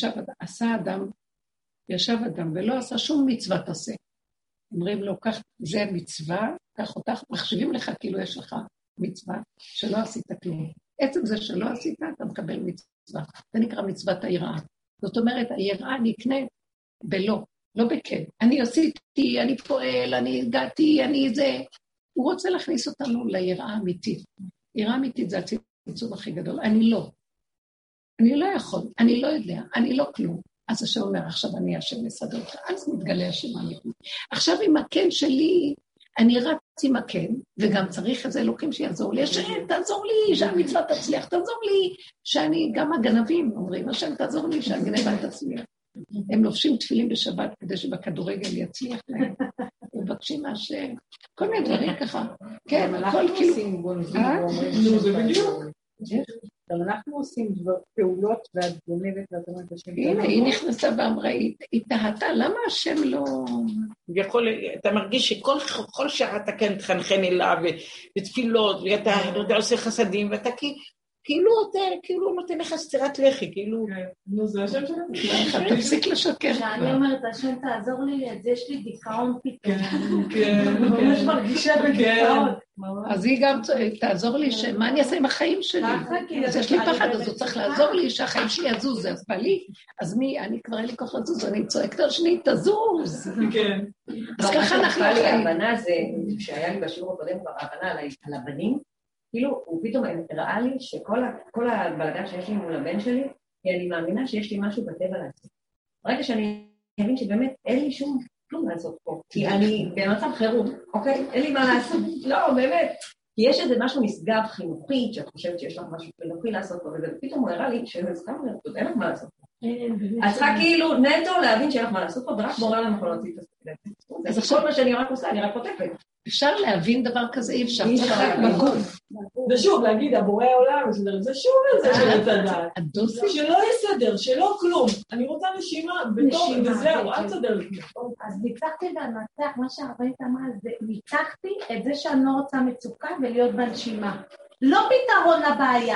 ישב אדם ולא עשה שום מצוות תעשה, אומרים לו, זה המצווה, כך אותך, מחשיבים לך כאילו יש לך, מצווה, שלא עשית כלום. עצם זה שלא עשית, אתה מקבל מצווה. זה נקרא מצוות היראה. זאת אומרת, היראה נקנה בלא, לא בכן. אני עשיתי, אני פועל, אני הגעתי, אני זה. הוא רוצה להכניס אותנו ליראה האמיתית. יראה אמיתית זה הצמצום הכי גדול. אני לא יכול, אני לא יודע, אני לא כלום. אז השם אומר, עכשיו אני השם מסדר אותך. אז מתגלה השם האמיתי. עכשיו עם הכן שלי, אני רץ עם הכן, וגם צריך איזה אלוקים שיעזור לי, השם תעזור לי, שהמצווה תצליח, תעזור לי, שאני, גם הגנבים אומרים, השם תעזור לי, שהגנבה תצליח. הם לובשים תפילים בשבת כדי שבכדורגל יצליח להם, מבקשים מהשם, כל מיני דברים ככה. כן, הכל כאילו... זה בדיוק. אבל אנחנו עושים פעולות ואת גונבת ואת אומרת השם. הנה, היא נכנסה ואמרה, היא תהתה, למה השם לא... אתה מרגיש שכל שעה אתה כן תחנכן אליו, ותפילות, ואתה עושה חסדים, ואתה כי כאילו נותן לך סטירת לחי, כאילו... נו, זה השם שלנו. תפסיק לשקר. שאני אומרת, השם תעזור לי, אז יש לי דיכאון פתאום. כן. ממש מרגישה בדיכאון. אז היא גם תעזור לי, מה אני אעשה עם החיים שלי? אז יש לי פחד, אז הוא צריך לעזור לי שהחיים שלי יזוז, אז בא לי, אז אני כבר אין לי כוח לזוז, אני צועקת על שני, תזוז. כן. אז ככה אנחנו החיים. חיים. ההבנה זה, שהיה לי בשיעור הקודם כבר ההבנה על הבנים, כאילו הוא פתאום הראה לי שכל הבלגן שיש לי מול הבן שלי, כי אני מאמינה שיש לי משהו בטבע לעשות. ברגע שאני מבין שבאמת אין לי שום כלום לעשות פה, כי אני במצב חירום, אוקיי? אין לי מה לעשות, לא, באמת. כי יש איזה משהו נשגב חינוכית, שאת חושבת שיש לך משהו חינוכי לעשות פה, ופתאום הוא הראה לי שהזכר לי, אין לך מה לעשות פה. את צריכה כאילו נטו להבין שאין לך מה לעשות פה, ורק בורא לנו יכול להוציא את הסקלט. אז כל מה שאני רק עושה, אני רק כותפת. אפשר להבין דבר כזה, אי אפשר, צריך רק בגוף. ושוב, להגיד, הבורא העולם, זה שוב איזה של הצדד. שלא יסדר, שלא כלום. אני רוצה נשימה, וזהו, אל תסדר לי. אז ניצחתי במצח, מה שהרבנית אמרה, זה ניצחתי את זה שאני לא רוצה מצוקה ולהיות בנשימה. לא פתרון לבעיה.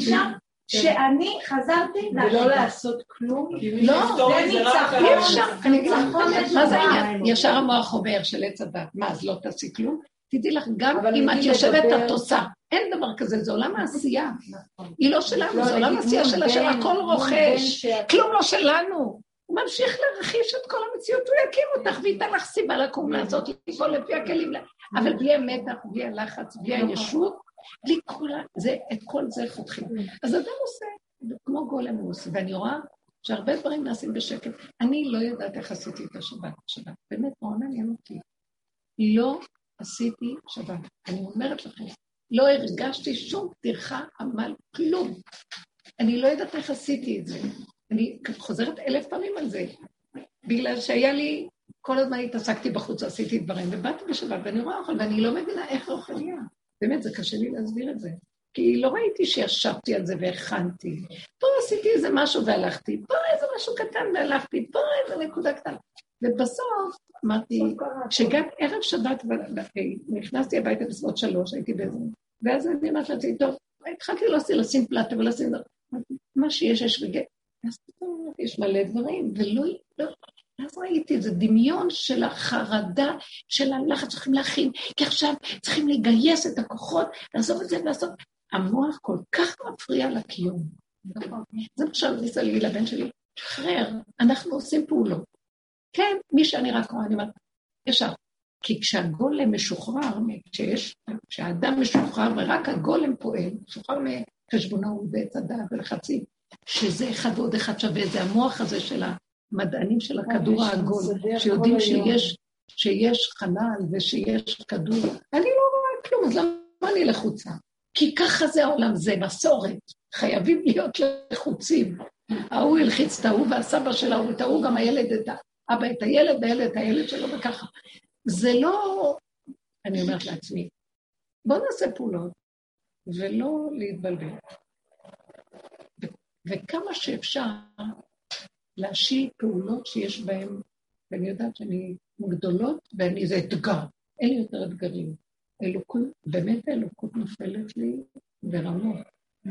שאני חזרתי ולא לעשות כלום. לא, זה ניצחון. אי אפשר, אני אגיד לך, מה זה העניין? ישר המוח אומר של עץ הדת, מה, אז לא תעשי כלום? תדעי לך, גם אם את יושבת את עושה, אין דבר כזה, זה עולם העשייה. היא לא שלנו, זה עולם העשייה שלה, של הכל רוכש, כלום לא שלנו. הוא ממשיך להרחיש את כל המציאות, הוא יקים אותך, וייתן לך סיבה לקום לעשות, לפעול לפי הכלים, אבל בלי המתח, בלי הלחץ, בלי הישות, בלי את כל זה חותכים. אז אדם עושה, כמו גולם הוא עושה, ואני רואה שהרבה דברים נעשים בשקט. אני לא יודעת איך עשיתי את השבת. באמת, מאוד מעניין אותי. לא עשיתי שבת. אני אומרת לכם, לא הרגשתי שום פתיחה, עמל, כלום. אני לא יודעת איך עשיתי את זה. אני חוזרת 1000 פעמים על זה. בגלל שהיה לי, כל הזמן התעסקתי בחוץ, עשיתי דברים, ובאתי בשבת, ואני רואה אוכל, ואני לא מבינה איך אוכל היה. באמת, זה קשה לי להסביר את זה. כי לא ראיתי שישבתי על זה והכנתי. פה עשיתי איזה משהו והלכתי, פה איזה משהו קטן והלכתי, פה איזה נקודה קטנה. ובסוף אמרתי, כשגם ערב שבת, נכנסתי הביתה בסביבות 3, הייתי באיזה, ואז אני אמרתי לעצמי, טוב, התחלתי לשים פלטה ולשים דבר. מה שיש, יש וגט. אז יש מלא דברים, ולא, אז ראיתי איזה דמיון של החרדה, של הלחץ, צריכים להכין, כי עכשיו צריכים לגייס את הכוחות, לעשות את זה ולעשות. המוח כל כך מפריע לקיום. זה מה שאני ניסה להגיד לבן שלי, שחרר, אנחנו עושים פעולות. כן, מי שאני רק רואה, אני אומרת, ישר. כי כשהגולם משוחרר, כשהאדם משוחרר ורק הגולם פועל, משוחרר מחשבונו ובעץ הדעת ולחצים, שזה אחד ועוד אחד שווה, זה המוח הזה של המדענים של הכדור העגול, שיודעים שיש חלל ושיש כדור. אני לא רואה כלום, אז למה אני לחוצה? כי ככה זה העולם, זה מסורת. חייבים להיות לחוצים. ההוא הלחיץ את ההוא והסבא של ההוא, את ההוא גם הילד את האבא את הילד, והילד את הילד שלו וככה. זה לא, אני אומרת לעצמי, בוא נעשה פעולות, ולא להתבלבל. וכמה שאפשר להשיל פעולות שיש בהן, ואני יודעת שאני גדולות, זה אתגר. אין לי יותר אתגרים. באמת האלוקות נופלת לי ברמות.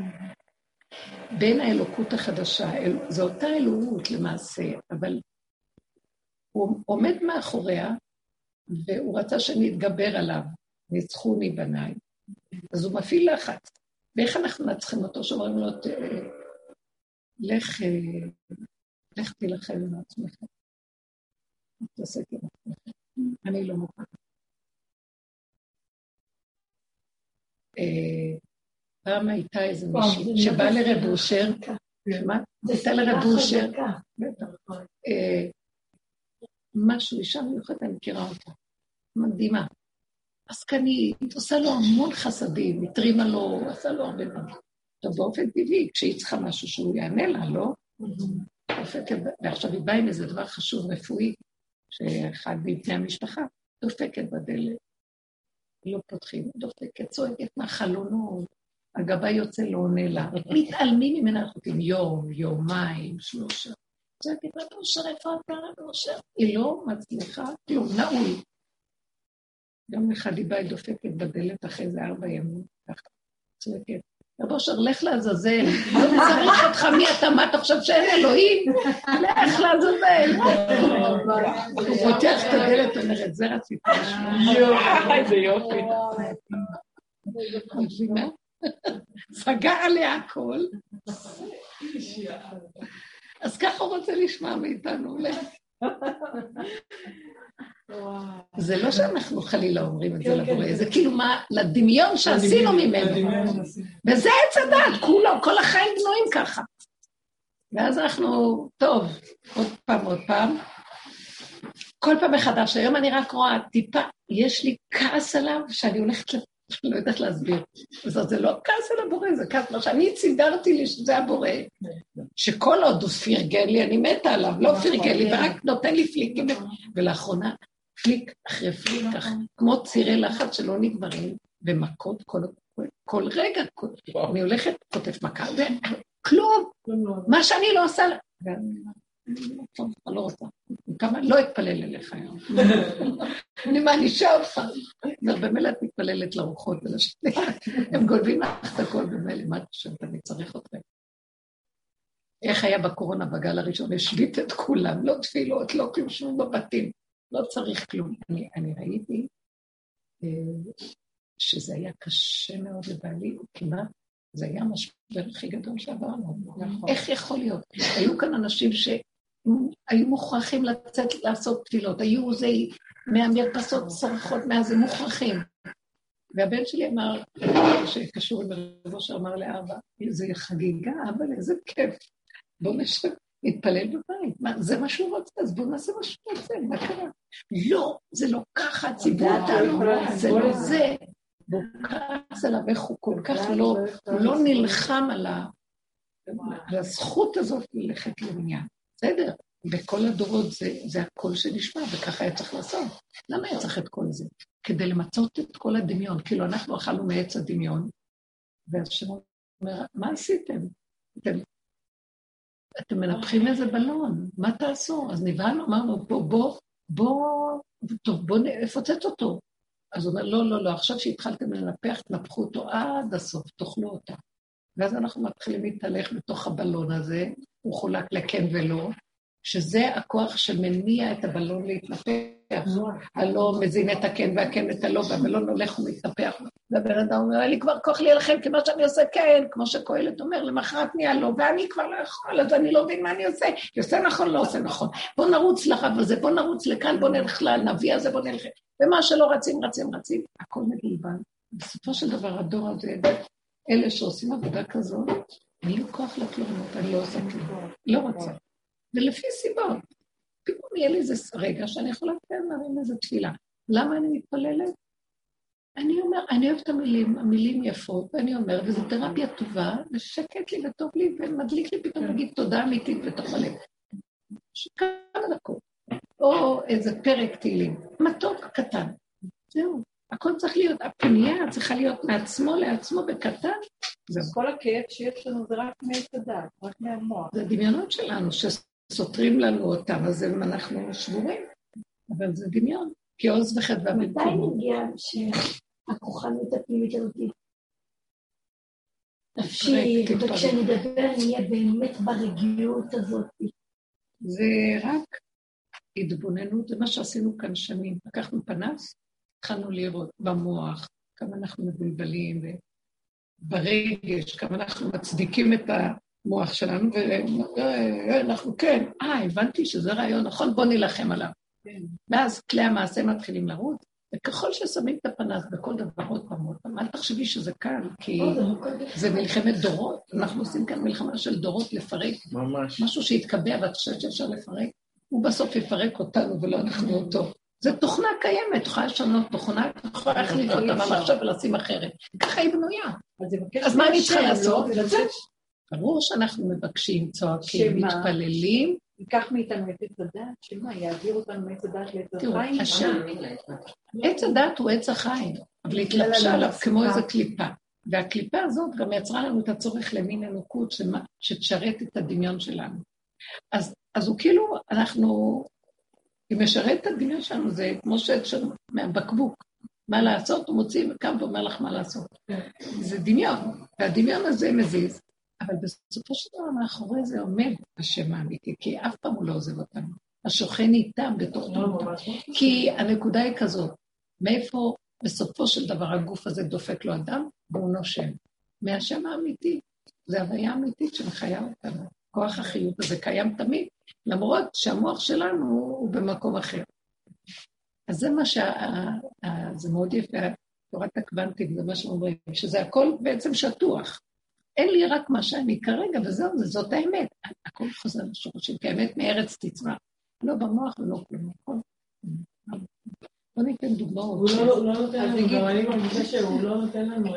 בין האלוקות החדשה, זו אותה אלוהות למעשה, אבל הוא עומד מאחוריה, והוא רצה שאני אתגבר עליו, ניצחוני בניי. אז הוא מפעיל לחץ. ואיך אנחנו נצחים אותו? שאומרים לו, לך תילחם עם עצמך. תעסק עם עצמך. אני לא מוכן. פעם הייתה איזה מישהי שבאה לרב אושר, הייתה לרב אושר, משהו, אישה מיוחדת, אני מכירה אותה, מדהימה. עסקנית, עושה לו המון חסדים, מתרימה לו, עושה לו הרבה דברים. טוב, באופן טבעי, כשהיא צריכה משהו שהוא יענה לה, לא? ועכשיו היא באה עם איזה דבר חשוב רפואי, שאחד מבני המשפחה דופקת בדלת. לא פותחים, דופקת, צועקת מהחלונות, הגבה יוצא לא עונה לה, מתעלמים ממנה החוטים, יום, יומיים, 3. צועקת, רב אושר, איפה אתה רב אושר? היא לא מצליחה, כלום, נעול. יום אחד היא באה דופקת בדלת אחרי זה 4 ימים, ככה, צועקת, רב אושר, לך לעזאזל, לא צריך אותך מי אתה, מה אתה חושב שאין אלוהים? לך לעזאזל. הוא פותח את הדלת, אומרת, זה רציתי לשמוע. איזה יופי. סגר עליה הכל. אז ככה הוא רוצה לשמוע מאיתנו. זה לא שאנחנו חלילה אומרים את זה לבורא, זה כאילו מה, לדמיון שעשינו ממנו. וזה עץ הדעת, כל החיים בנויים ככה. ואז אנחנו, טוב, עוד פעם, כל פעם מחדש, היום אני רק רואה טיפה, יש לי כעס עליו שאני הולכת לא יודעת להסביר. זה לא כעס על הבורא, זה כעס מה שאני צידרתי לי שזה הבורא, שכל עוד הוא פרגן לי, אני מתה עליו, לא פרגן לי, ורק נותן לי פליקים, ולאחרונה, פליק אחרי פליק, כמו צירי לחץ שלא נגמרים, ומכות כל רגע, אני הולכת, כותב מכה, וכלום, מה שאני לא עושה, אני לא רוצה, לא אתפלל אליך היום. אני מענישה אותך. במילא את מתפללת לרוחות ולשני. הם גולבים לך את הכל במילא, מה אתה חושבת, אני צריך אתכם. איך היה בקורונה בגל הראשון? השביט את כולם, לא תפילות, לא כלום, שום בבתים. לא צריך כלום. אני ראיתי שזה היה קשה מאוד לבעלי, כמעט זה היה המשבר הכי גדול שעברנו. איך יכול להיות? היו כאן אנשים שהיו מוכרחים לצאת לעשות תפילות, היו זה מהמרפסות צרחות מאז, הם מוכרחים. והבן שלי אמר, שקשור עם רב אושר, אמר לאבא, זה חגיגה, אבל איזה כיף. בוא נתפלל בבית, זה מה שהוא רוצה, אז בוא נעשה מה שהוא רוצה, מה קרה? לא, זה לא ככה, ציבור אותנו, זה לא זה. והוא כעס עליו, איך הוא כל כך לא נלחם על הזכות הזאת ללכת לעניין. בסדר, בכל הדורות זה הכל שנשמע, וככה היה צריך לעשות. למה היה צריך את כל זה? כדי למצות את כל הדמיון, כאילו אנחנו אכלנו מעץ הדמיון, והשם אומר, מה עשיתם? אתם מנפחים איזה בלון, מה תעשו? אז נבהלנו, אמרנו, בוא נפוצץ אותו. אז הוא אומר, לא, עכשיו שהתחלתם לנפח, תנפחו אותו עד הסוף, תאכלו אותה. ואז אנחנו מתחילים להתהלך בתוך הבלון הזה, הוא חולק לכן ולא, שזה הכוח שמניע את הבלון להתנפח, הלא מזין את הכן והכן את הלא, והבלון הולך ומתנפח. והבן אדם אומר, לי כבר כוח לי עליכם, כמו שאני עושה כן, כמו שקהלת אומר, למחרת נהיה לא, ואני כבר לא יכול, אז אני לא מבין מה אני עושה, עושה נכון, לא עושה נכון. בוא נרוץ לרב הזה, בוא נרוץ לכאן, בוא נלך לנביא הזה, בוא נלך. ומה שלא רצים, הכל מגלבן. בסופו של דבר, הדור הזה, אלה שעושים עבודה כזאת, אין לי כוח לתלונות, אני לא עושה כלום, לא רוצה. ולפי סיבות, פתאום יהיה לי איזה רגע שאני יכולה להרים איזה תפילה. למה אני מתפללת? אני אומר, אני אוהבת המילים יפות, ואני אומר, וזו תרפיה טובה, ושקט לי וטוב לי, ומדליק לי פתאום להגיד תודה אמיתית בתוך הלב. כמה דקות. או איזה פרק תהילים, מתוק קטן. זהו, הכל צריך להיות, הפנייה צריכה להיות מעצמו לעצמו בקטן. כל הכאב שיש לנו זה רק מעץ הדעת, רק מהמוח. זה דמיונות שלנו שסותרים לנו אותם, אז אנחנו שבורים, אבל זה דמיון, כי עוז וחדווה במקום. מתי נגיע שהכוחנות הפנימית הזאת תפשיך, וכשאני אדבר נהיה באמת ברגיעות הזאת? זה רק התבוננות, זה מה שעשינו כאן שנים. לקחנו פנס, התחלנו לראות במוח, כמה אנחנו מבולבלים, וברגש, כמה אנחנו מצדיקים את המוח שלנו, ואנחנו כן, הבנתי שזה רעיון, נכון, בוא נלחם עליו. ואז כלי המעשה מתחילים לרוץ, וככל ששמים את הפנס בכל דבר עוד פעם, אל תחשבי שזה קל, כי זה מלחמת דורות, אנחנו עושים כאן מלחמה של דורות לפרק, משהו שהתקבע ואת חושבת שאפשר לפרק, הוא בסוף יפרק אותנו ולא אנחנו אותו. זו תוכנה קיימת, תוכל לשנות תוכנה, תוכל להחליף אותה מהמחשב ולשים אחרת. ככה היא בנויה. אז מה אני צריכה לעשות? ברור שאנחנו מבקשים, צועקים, מתפללים. ייקח מאיתנו את עץ הדעת, שמה, יעביר אותנו מעץ הדעת לעץ החיים? עץ הדעת הוא עץ החיים, אבל התלבשה עליו כמו איזו קליפה. והקליפה הזאת גם יצרה לנו את הצורך למין אלוקות שתשרת את הדמיון שלנו. אז הוא כאילו, היא משרת את הדמיון שלנו, זה כמו שעץ מהבקבוק. מה לעשות, הוא מוציא וקם ואומר לך מה לעשות. זה דמיון, והדמיון הזה מזיז, אבל בסופו של דבר מאחורי זה עומד השם האמיתי, כי אף פעם הוא לא עוזב אותנו. השוכן איתם בתוך תמותם. כי הנקודה היא כזאת, מאיפה בסופו של דבר הגוף הזה דופק לו אדם, והוא נושם. מהשם האמיתי, זה הוויה אמיתית שמחיה אותנו. כוח החיות הזה קיים תמיד, למרות שהמוח שלנו הוא במקום אחר. אז זה מה זה מאוד יפה, תורת הקוונטית, זה מה שאומרים, שזה הכל בעצם שטוח. אין לי רק מה שאני כרגע, וזהו, זאת האמת. הכל חוזר לשורשים, כי האמת מארץ תצמח. לא במוח ולא כלום. בוא ניתן דוגמאות. הוא לא נותן לנו, גם אני מרגישה שהוא לא נותן לנו,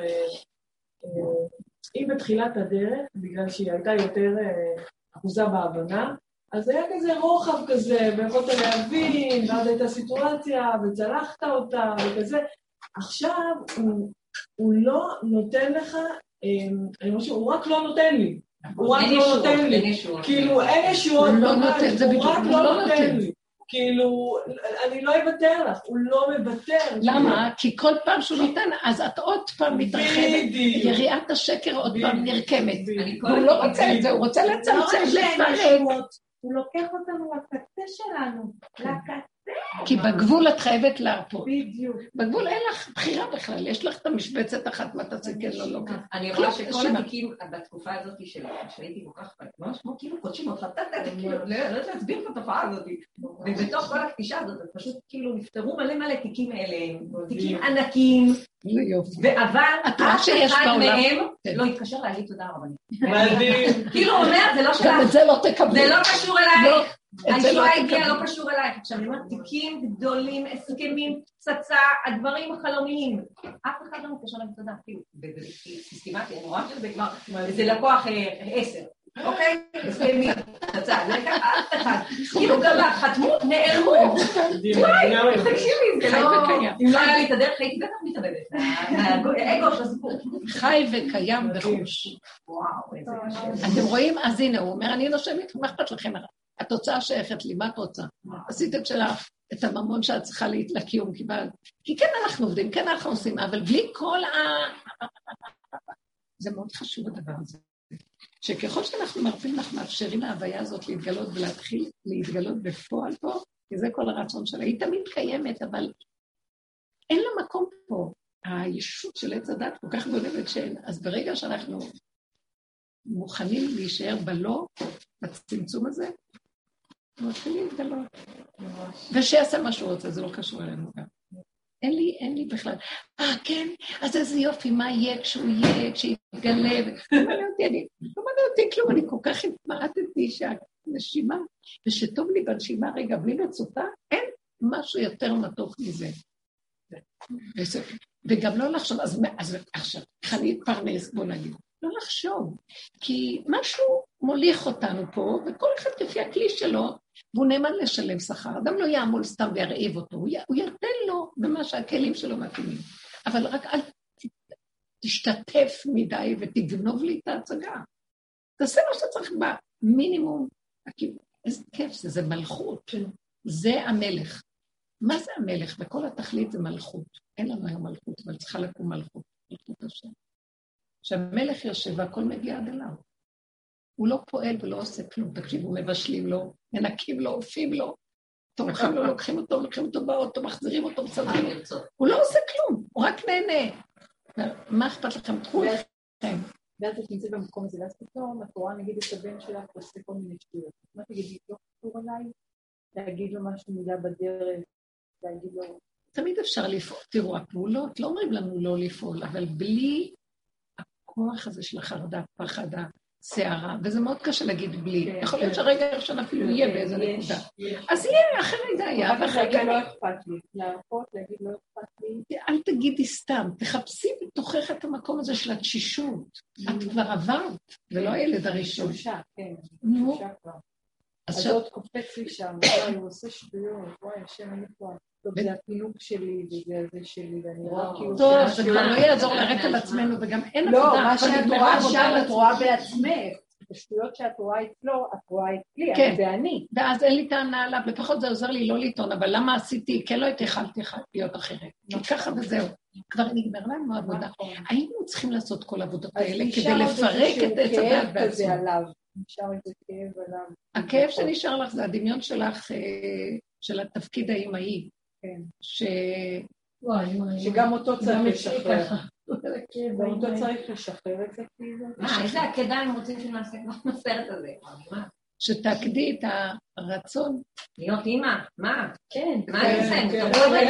אם בתחילת הדרך, בגלל שהיא הייתה יותר אחוזה בהבנה, אז היה כזה רוחב כזה, ויכולת להבין, ואז הייתה סיטואציה, וצלחת אותה, וכזה. עכשיו הוא לא נותן לך, אני חושב, הוא רק לא נותן לי. הוא רק לא נותן לי. כאילו, אין ישועות, הוא רק לא נותן לי. כאילו, אני לא אוותר לך, הוא לא מוותר. למה? כי כל פעם שהוא ניתן, אז את עוד פעם מתרחבת, יריעת השקר עוד פעם נרקמת. והוא לא רוצה את זה, הוא רוצה לצמצם, לפרק. הוא לוקח אותנו לקצה שלנו, לקצה. כי בגבול את חייבת להרפות. בדיוק. בגבול אין לך בחירה בכלל, יש לך את המשבצת אחת, מה תעשי כן לא לא. אני רואה שכל התיקים בתקופה הזאת שהייתי כל כך ממש כמו כאילו קודשים אותך, כאילו, לא יודעת להסביר את התופעה הזאת. ובתוך כל הקטישה הזאת, פשוט כאילו נפטרו מלא תיקים האלה, תיקים ענקים, אבל אף אחד מהם לא התקשר להגיד תודה רבנית. כאילו אומר, זה לא שלך. גם את זה לא תקבלי. זה לא קשור אלייך. הישועה הגיעה לא קשור אלייך. עכשיו אני אומרת, תיקים גדולים, הסכמים, פצצה, הדברים החלומיים. אף אחד לא מתקשר להם תודה, כאילו, סיסטימטי, אני רואה שזה כבר, זה לקוח 10, אוקיי? הסכמים, פצצה, זה אף אחד. כאילו גם חתמו, נעלמו. וואי, תקשיבי, זה לא... אם לא היה לי את הדרך, הייתי בטח מתאבדת. האגו של הסיפור. חי וקיים בחוש. וואו, איזה קשה. אתם רואים? אז הנה, הוא אומר, אני נושמת, מה אכפת לכם? התוצאה שייכת לי, מה את רוצה? עשיתם שלך את הממון שאת צריכה לקיום קיבלת. כי כן אנחנו עובדים, כן אנחנו עושים, אבל בלי כל זה מאוד חשוב הדבר הזה. שככל שאנחנו מרפים, אנחנו מאפשרים להוויה הזאת להתגלות ולהתחיל להתגלות בפועל פה, כי זה כל הרצון שלה. היא תמיד קיימת, אבל אין לה מקום פה. הישות של עץ הדת כל כך גונבת שאין. אז ברגע שאנחנו מוכנים להישאר בלא, בצמצום הזה, מתחילים להתגלות. ושיעשה מה שהוא רוצה, זה לא קשור אלינו גם. אין לי בכלל. כן, אז איזה יופי, מה יהיה כשהוא יהיה, כשיתגלה, לא מעניין אותי כלום, אני כל כך התמעטתי שהנשימה, ושטוב לי בנשימה רגע, בלי מצופה, אין משהו יותר מתוק מזה. וגם לא לחשוב, אז עכשיו, איך אני אתפרנס, בוא נגיד, לא לחשוב, כי משהו מוליך אותנו פה, וכל אחד לפי הכלי שלו, והוא נאמן לשלם שכר. אדם לא יעמול סתם וירעיב אותו, הוא יתן לו במה שהכלים שלו מתאימים. אבל רק אל תשתתף מדי ותגנוב לי את ההצגה. תעשה מה שאתה צריך במינימום. איזה כיף זה, זה מלכות. זה המלך. מה זה המלך? וכל התכלית זה מלכות. אין לנו היום מלכות, אבל צריכה לקום מלכות. מלכות השם. שהמלך יושב והכל מגיע עד אליו. הוא לא פועל ולא עושה כלום. תקשיבו, מבשלים לו, מנקים לו, עופים לו, תומכים לו, לוקחים אותו באוטו, מחזירים אותו, מסדרים אותו. הוא לא עושה כלום, הוא רק נהנה. מה אכפת לכם? תחו לכם. ואז את נמצאת במקום הזה, ואז פתאום התורה נגיד את הבן שלך ועושה כל מיני שטויות. מה תגידי, לא קשור עליי? להגיד לו משהו מילה בדרך, להגיד לו... תמיד אפשר לפעול. תראו, הפעולות לא אומרים לנו לא לפעול, אבל בלי הכוח הזה של החרדה, פחד, שערה, וזה מאוד קשה להגיד בלי. יכול להיות שהרגע הראשון אפילו יהיה באיזה נקודה. אז יהיה, אחרי רגע היה. רגע לא אכפת לי. להרפות, להגיד לא אכפת לי. אל תגידי סתם, תחפשי בתוכך את המקום הזה של התשישות. את כבר עברת, ולא הילד הראשון. תשושה, כן. נו. אז עוד קופץ לי שם, הוא עושה שטויות, וואי, השם אני פה. זה הפינוק שלי, וזה הזה שלי, ואני רואה כאילו... טוב, זה כבר לא יעזור לרק על עצמנו, וגם אין עבודה. לא, מה שאת רואה שם, את רואה בעצמך. השטויות שאת רואה אצלו, את רואה אצלי, כן. זה אני. ואז אין לי טענה עליו, לפחות זה עוזר לי לא לטעון, אבל למה עשיתי? כן לא יכלתי להיות אחרת. כי ככה וזהו. כבר נגמר לנו עבודה. היינו צריכים לעשות כל העבודות האלה כדי לפרק את עץ הדעת בעצמו. נשאר איזה כאב עליו. הכאב שנשאר לך זה הדמיון שלך, של התפקיד האמאי. כן. שגם אותו צריך לשחרר. גם אותו צריך לשחרר את זה כאילו. איזה עקדה הם רוצים שנעשה כבר בסרט הזה? שתקדי את הרצון. להיות אימא, מה? כן. מה אני עושה?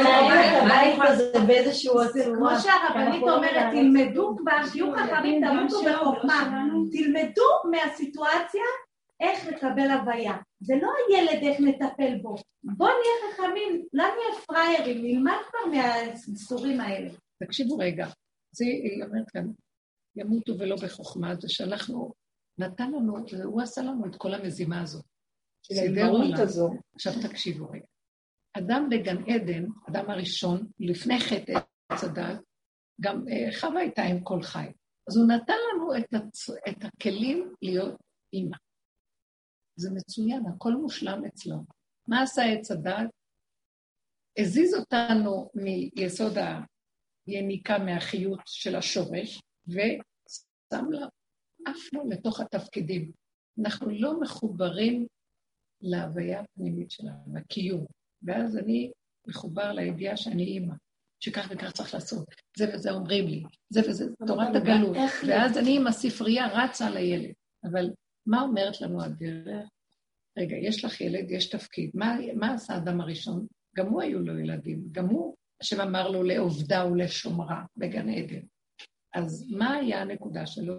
כמו שהרבנית אומרת, תלמדו כבר, שיהיו חכמים, תלמדו בחוכמה. תלמדו מהסיטואציה איך לקבל הוויה. זה לא הילד איך נטפל בו. בוא נהיה חכמים, לא נהיה פריירים, נלמד כבר מהסורים האלה. תקשיבו רגע, זה היא אומרת כאן, ימותו ולא בחוכמה, זה שאנחנו, נתן לנו, הוא עשה לנו את כל המזימה הזאת. של האימהות הזו. עכשיו תקשיבו רגע. אדם בגן עדן, אדם הראשון, לפני חטא עץ הדת, גם חווה הייתה עם כל חי. אז הוא נתן לנו את הכלים להיות אימא. זה מצוין, הכל מושלם אצלו. מה עשה עץ הדת? הזיז אותנו מיסוד היניקה מהחיות של השורש, ושם לה אפנו לתוך התפקידים. אנחנו לא מחוברים להוויה הפנימית שלנו, לקיום. ואז אני מחובר לידיעה שאני אימא, שכך וכך צריך לעשות. זה וזה אומרים לי, זה וזה תורת הגלות. ואז אני עם הספרייה רצה לילד. אבל מה אומרת לנו הדרך? רגע, יש לך ילד, יש תפקיד. מה עשה האדם הראשון? גם הוא היו לו ילדים. גם הוא, השם אמר לו לעובדה ולשומרה בגן עדן. אז מה היה הנקודה שלו?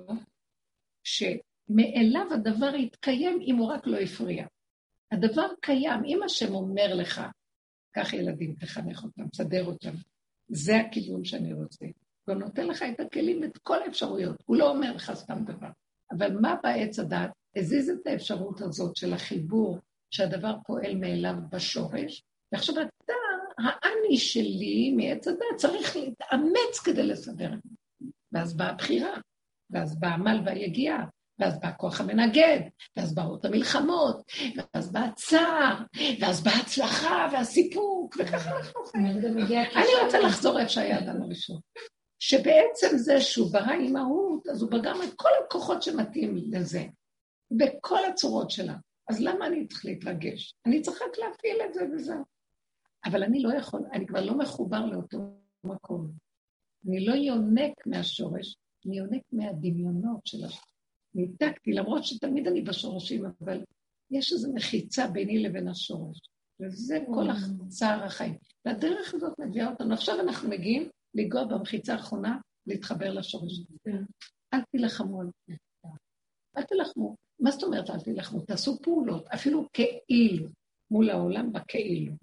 שמאליו הדבר יתקיים אם הוא רק לא יפריע. הדבר קיים, אם השם אומר לך, כך ילדים תחנך אותם, תסדר אותם. זה הכיוון שאני רוצה. הוא נותן לך את הכלים, את כל האפשרויות. הוא לא אומר לך סתם דבר. אבל מה בעץ הדעת? הזיז את האפשרות הזאת של החיבור, שהדבר פועל מאליו בשורש, ועכשיו אתה, האני שלי מעץ הדעת, צריך להתאמץ כדי לסדר. ואז באה הבחירה, ואז באה העמל והיגיעה, ואז בא הכוח המנגד, ואז באות המלחמות, ואז בא הצער, ואז בא הצלחה והסיפוק, וככה אנחנו חיים. אני רוצה לחזור איפה שהיה האדם הראשון. שבעצם זה שהוא ברא אימהות, אז הוא בגם את כל הכוחות שמתאים לזה, בכל הצורות שלה. אז למה אני צריך להתרגש? אני צריך רק להפעיל את זה וזהו. אבל אני לא יכול, אני כבר לא מחובר לאותו מקום. אני לא יונק מהשורש, אני יונק מהדמיונות של השורש. ניתקתי, למרות שתמיד אני בשורשים, אבל יש איזו מחיצה ביני לבין השורש. וזה כל הצער החיים. והדרך הזאת מביאה אותנו. עכשיו אנחנו מגיעים לגוע במחיצה האחרונה, להתחבר לשורש. אל תלחמו על זה. אל תלחמו. מה זאת אומרת אל תלחמו? תעשו פעולות, אפילו כאילו, מול העולם בכאילו.